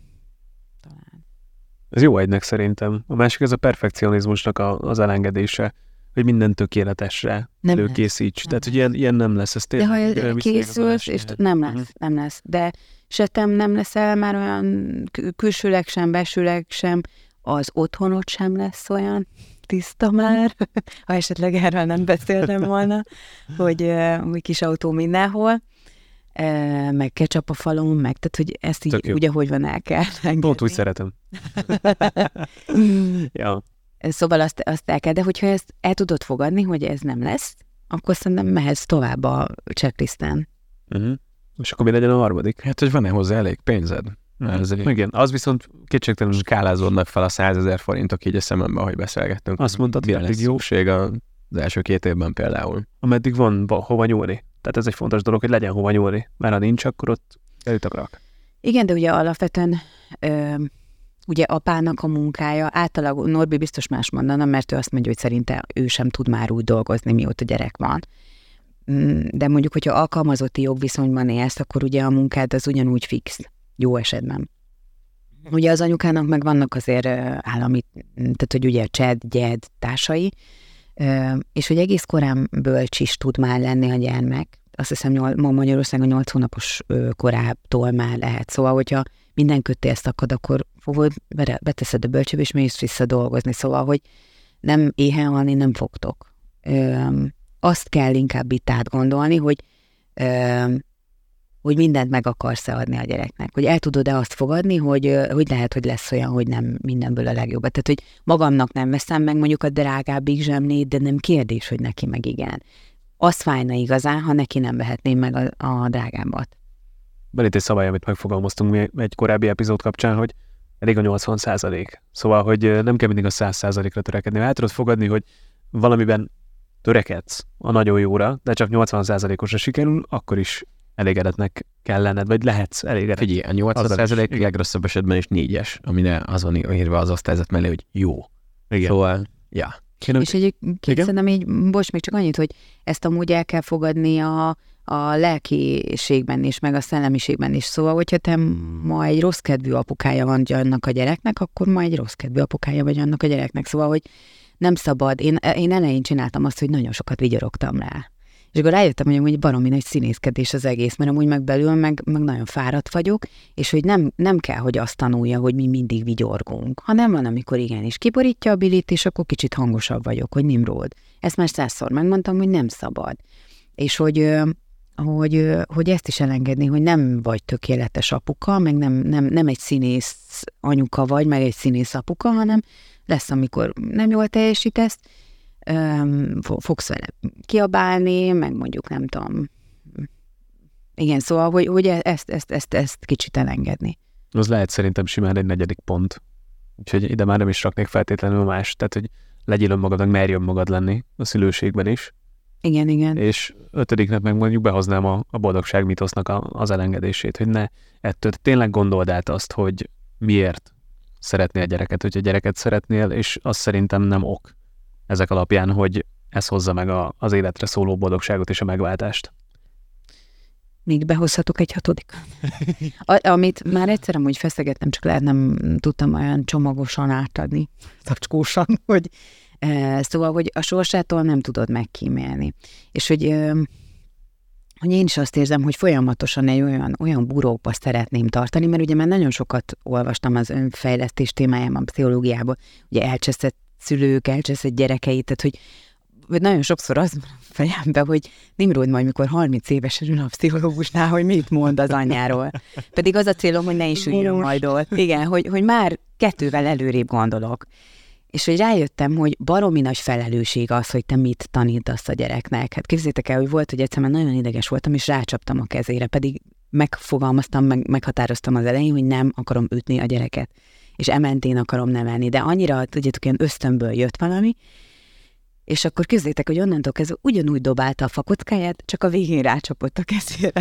Ez jó egynek szerintem. A másik ez a perfekcionizmusnak az elengedése, hogy minden tökéletesre előkészíts. Tehát, hogy ilyen nem lesz. Ez de ha készülsz, és nem lesz. De se te nem leszel már olyan külsőleg sem, belsőleg sem, az otthonod sem lesz olyan tiszta már, ha esetleg erről nem beszéltem volna, hogy kis autó mindenhol, meg ketchup a falon, meg, tehát, hogy ezt így úgy, ahogy van, el kell engedni. Pont úgy szeretem. Ja. Szóval azt el kell, de hogyha ezt el tudod fogadni, hogy ez nem lesz, akkor szerintem mehetsz tovább a checklisten. És akkor mi legyen a harmadik? Hát, hogy van-e hozzá elég pénzed? Igen, az viszont kétségtelenül skálázódnak fel a 100 000 forintok így a szememben, ahogy beszélgettünk. Azt mondtad, mire lesz szükség az első 2 évben például. Ameddig van hova nyúlni. Tehát ez egy fontos dolog, hogy legyen hova nyúlni. Mert ha nincs, akkor ott elütökrak. Igen, de ugye alapvetően ugye apának a munkája, általában Norbi biztos más mondana, mert ő azt mondja, hogy szerinte ő sem tud már úgy dolgozni, mióta gyerek van. de mondjuk, hogyha alkalmazotti jogviszonyban élsz, akkor ugye a munkád az ugyanúgy fix, jó esetben. Ugye az anyukának meg vannak azért állami, tehát hogy ugye a család, gyed, társai, és hogy egész korán bölcs is tud már lenni a gyermek. Azt hiszem, ma Magyarországon 8 hónapos korától már lehet. Szóval, hogyha minden kötél szakad, akkor beteszed a bölcsőbe, és mész vissza dolgozni. Szóval, hogy nem éhen halni nem fogtok. Azt kell inkább itt átgondolni, hogy mindent meg akarsz-e adni a gyereknek. Hogy el tudod-e azt fogadni, hogy lehet, hogy lesz olyan, hogy nem mindenből a legjobbat. Tehát, hogy magamnak nem veszem meg mondjuk a drágábbik zsemlét, de nem kérdés, hogy neki meg igen. Az fájna igazán, ha neki nem vehetném meg a drágábbat. Van itt egy szabály, amit megfogalmaztunk egy korábbi epizód kapcsán, hogy elég a 80%. Szóval, hogy nem kell mindig a 100%-ra törekedni. El tudod fogadni, hogy valamiben törekedsz a nagyon jóra, de csak 80%-osra sikerül, akkor is elégedetnek kell lenned, vagy lehetsz elégedett. Figyelj, a 80% legrosszabb esetben is 4-es, amire az van írva az osztályzat mellé, hogy jó. Igen. Szóval, ja. És egyébként szerintem így, bocs, még csak annyit, hogy ezt amúgy el kell fogadni a lelkiségben is, meg a szellemiségben is. Szóval, hogyha te ma egy rossz kedvű apukája van annak a gyereknek, akkor ma egy rossz kedvű apukája vagy annak a gyereknek. Szóval, hogy nem szabad. Én elején csináltam azt, hogy nagyon sokat vigyorogtam rá. És akkor rájöttem, hogy amúgy baromi nagy színészkedés az egész, mert amúgy meg belül meg nagyon fáradt vagyok, és hogy nem kell, hogy azt tanulja, hogy mi mindig vigyorgunk, hanem van, amikor igenis kiborítja a bilit, és akkor kicsit hangosabb vagyok, hogy Nimród. Ezt már 100-szor megmondtam, hogy nem szabad. És hogy ezt is elengedni, hogy nem vagy tökéletes apuka, meg nem egy színész anyuka vagy, meg egy színész apuka, hanem lesz, amikor nem jól teljesítesz, fogsz vele kiabálni, meg mondjuk nem tudom. Igen, szóval, hogy ezt kicsit elengedni. Az lehet szerintem simán egy 4. pont. Úgyhogy ide már nem is raknék feltétlenül más. Tehát, hogy legyél önmagadnak, merj önmagad lenni a szülőségben is. Igen. És 5. meg mondjuk behoznám a boldogság mitosznak az elengedését, hogy ne ettől tényleg gondold át azt, hogy miért szeretnél gyereket, hogyha gyereket szeretnél, és az szerintem nem ok ezek alapján, hogy ez hozza meg az életre szóló boldogságot és a megváltást. Még behozhatok egy 6. Amit már egyszer amúgy feszegettem, csak lehet nem tudtam olyan csomagosan átadni, tacskósan, hogy szóval, hogy a sorsától nem tudod megkímélni. És hogy én is azt érzem, hogy folyamatosan egy olyan burókba szeretném tartani, mert ugye már nagyon sokat olvastam az önfejlesztés témájában, pszichológiában, ugye elcseszett szülők, elcseszett gyerekei, tehát hogy nagyon sokszor az van a fejemben, hogy Nimród majd, mikor 30 évesen ül a pszichológusnál, hogy mit mond az anyjáról. Pedig az a célom, hogy ne is üljön majd ott. Igen, hogy már 2 előrébb gondolok. És hogy rájöttem, hogy baromi nagy felelősség az, hogy te mit tanítasz a gyereknek. Hát képzeljétek el, hogy volt, hogy egyszer már nagyon ideges voltam, és rácsaptam a kezére, pedig megfogalmaztam, meghatároztam az elején, hogy nem akarom ütni a gyereket. És ementén akarom nevelni, de annyira, tudjátok, ilyen ösztönből jött valami, és akkor képzeljétek, hogy onnantól kezdve ugyanúgy dobálta a fakockáját, csak a végén rácsapott a kezére.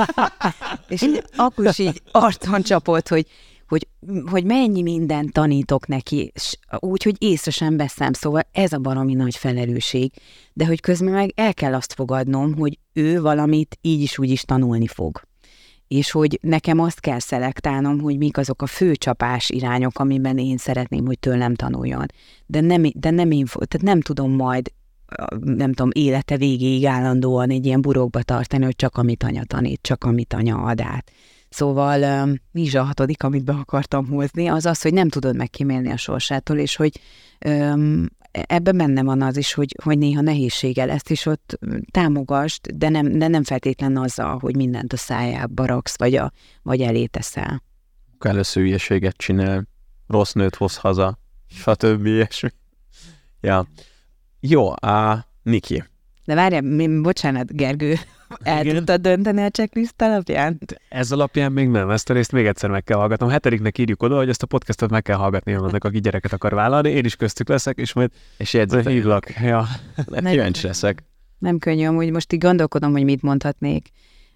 És akkor is így arcon csapott, hogy mennyi mindent tanítok neki, úgy, hogy észre sem veszem, szóval ez a baromi nagy felelősség, de hogy közben meg el kell azt fogadnom, hogy ő valamit így is úgy is tanulni fog. És hogy nekem azt kell szelektálnom, hogy mik azok a fő csapás irányok, amiben én szeretném, hogy tőlem tanuljon. De nem én, tehát nem tudom majd, nem tudom, élete végéig állandóan egy ilyen burokba tartani, hogy csak amit anya tanít, csak amit anya ad át. Szóval mi is a 6., amit be akartam hozni, az az, hogy nem tudod megkímélni a sorsától, és hogy ebben benne van az is, hogy néha nehézsége lesz, és ott támogasd, de nem feltétlen azzal, hogy mindent a szájába raksz, vagy elé teszel. Először hülyeséget csinál, rossz nőt hoz haza, stb. Ilyesmi. Ja. Jó, Niki. De várjál, bocsánat, Gergő, el tudtad dönteni a checklist alapján? Ez alapján még nem, ezt a részt még egyszer meg kell hallgatnom. 7-nek írjuk oda, hogy ezt a podcastot meg kell hallgatni annak, aki gyereket akar vállalni, én is köztük leszek, és majd hívlak. Ja. Kíváncsi leszek. Nem könnyű, amúgy most így gondolkodom, hogy mit mondhatnék.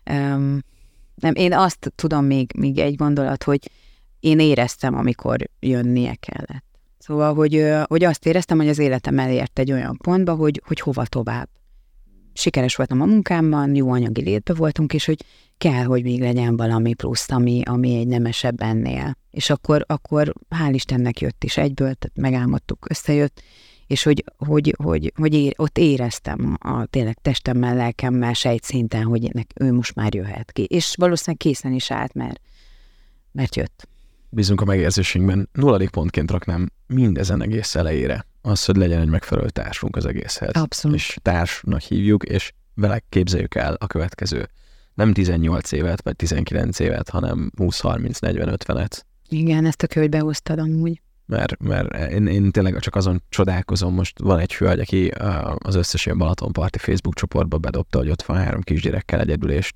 Nem, én azt tudom még egy gondolat, hogy én éreztem, amikor jönnie kellett. Szóval, hogy azt éreztem, hogy az életem elért egy olyan pontba, hogy hova tovább. sikeres voltam a munkámban, jó anyagi létben voltunk, és hogy kell, hogy még legyen valami plusz, ami egy nemesebb ennél. És akkor hál' Istennek jött is egyből, tehát megálmodtuk, összejött, és hogy ott éreztem tényleg testemmel, lelkemmel, sejtszinten, hogy ő most már jöhet ki. És valószínűleg készen is állt, mert jött. Bízunk a megérzésünkben. 0. pontként raknám mindezen egész elejére az, hogy legyen egy megfelelő társunk az egészhez. Abszolút. És társnak hívjuk, és vele képzeljük el a következő nem 18 évet, vagy 19 évet, hanem 20, 30, 40, 50-et. Igen, ezt tök jó, hogy behoztad amúgy. Mert én tényleg csak azon csodálkozom, most van egy hölgy, aki az összes ilyen Balatonparti Facebook csoportba bedobta, hogy ott van 3 kisgyerekkel egyedül, és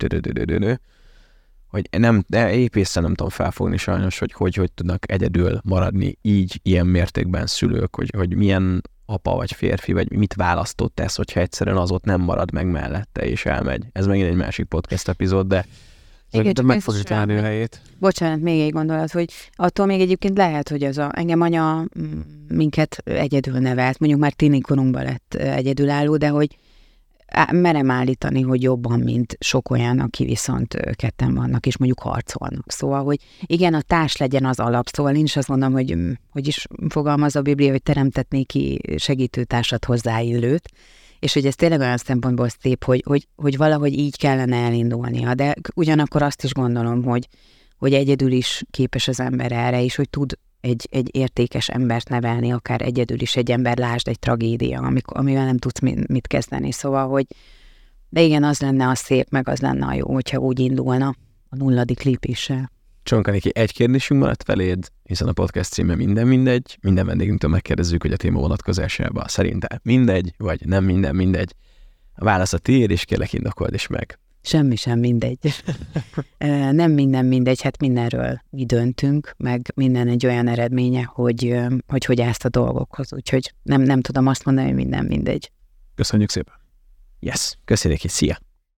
hogy de épészen nem tudom felfogni sajnos, hogy tudnak egyedül maradni így, ilyen mértékben szülők, hogy milyen apa vagy férfi, vagy mit választott ez, hogyha egyszerűen az ott nem marad meg mellette, és elmegy. Ez megint egy másik podcast epizód, de meg fogja találni a helyét. Bocsánat, még egy gondolat, hogy attól még egyébként lehet, hogy engem anya minket egyedül nevelt, mondjuk már tinikorunkban lett egyedülálló, de hogy merem állítani, hogy jobban, mint sok olyan, aki viszont ketten vannak, és mondjuk harcolnak. Szóval, hogy igen, a társ legyen az alap, szóval én is azt mondom, hogy is fogalmaz a Biblia, hogy teremtett néki segítőtársat hozzáillőt, és hogy ez tényleg olyan szempontból szép, hogy valahogy így kellene elindulnia, de ugyanakkor azt is gondolom, hogy egyedül is képes az ember erre, és hogy tud egy értékes embert nevelni, akár egyedül is egy ember, lásd egy tragédia, amivel nem tudsz mit kezdeni. Szóval, de igen, az lenne a szép, meg az lenne a jó, hogyha úgy indulna a 0. lépéssel. Csonkaniki, egy kérdésünk maradt feléd, hiszen a podcast címe minden mindegy. Minden vendégünktől megkérdezzük, hogy a téma vonatkozásában szerintem mindegy, vagy nem mindegy. A válasz a tiéd, és kérlek indokold is meg. Semmi sem mindegy. Nem minden mindegy, hát mindenről mi döntünk, meg minden egy olyan eredménye, hogy állsz a dolgokhoz. Úgyhogy nem tudom azt mondani, hogy minden mindegy. Köszönjük szépen. Yes, köszönjük, és szia!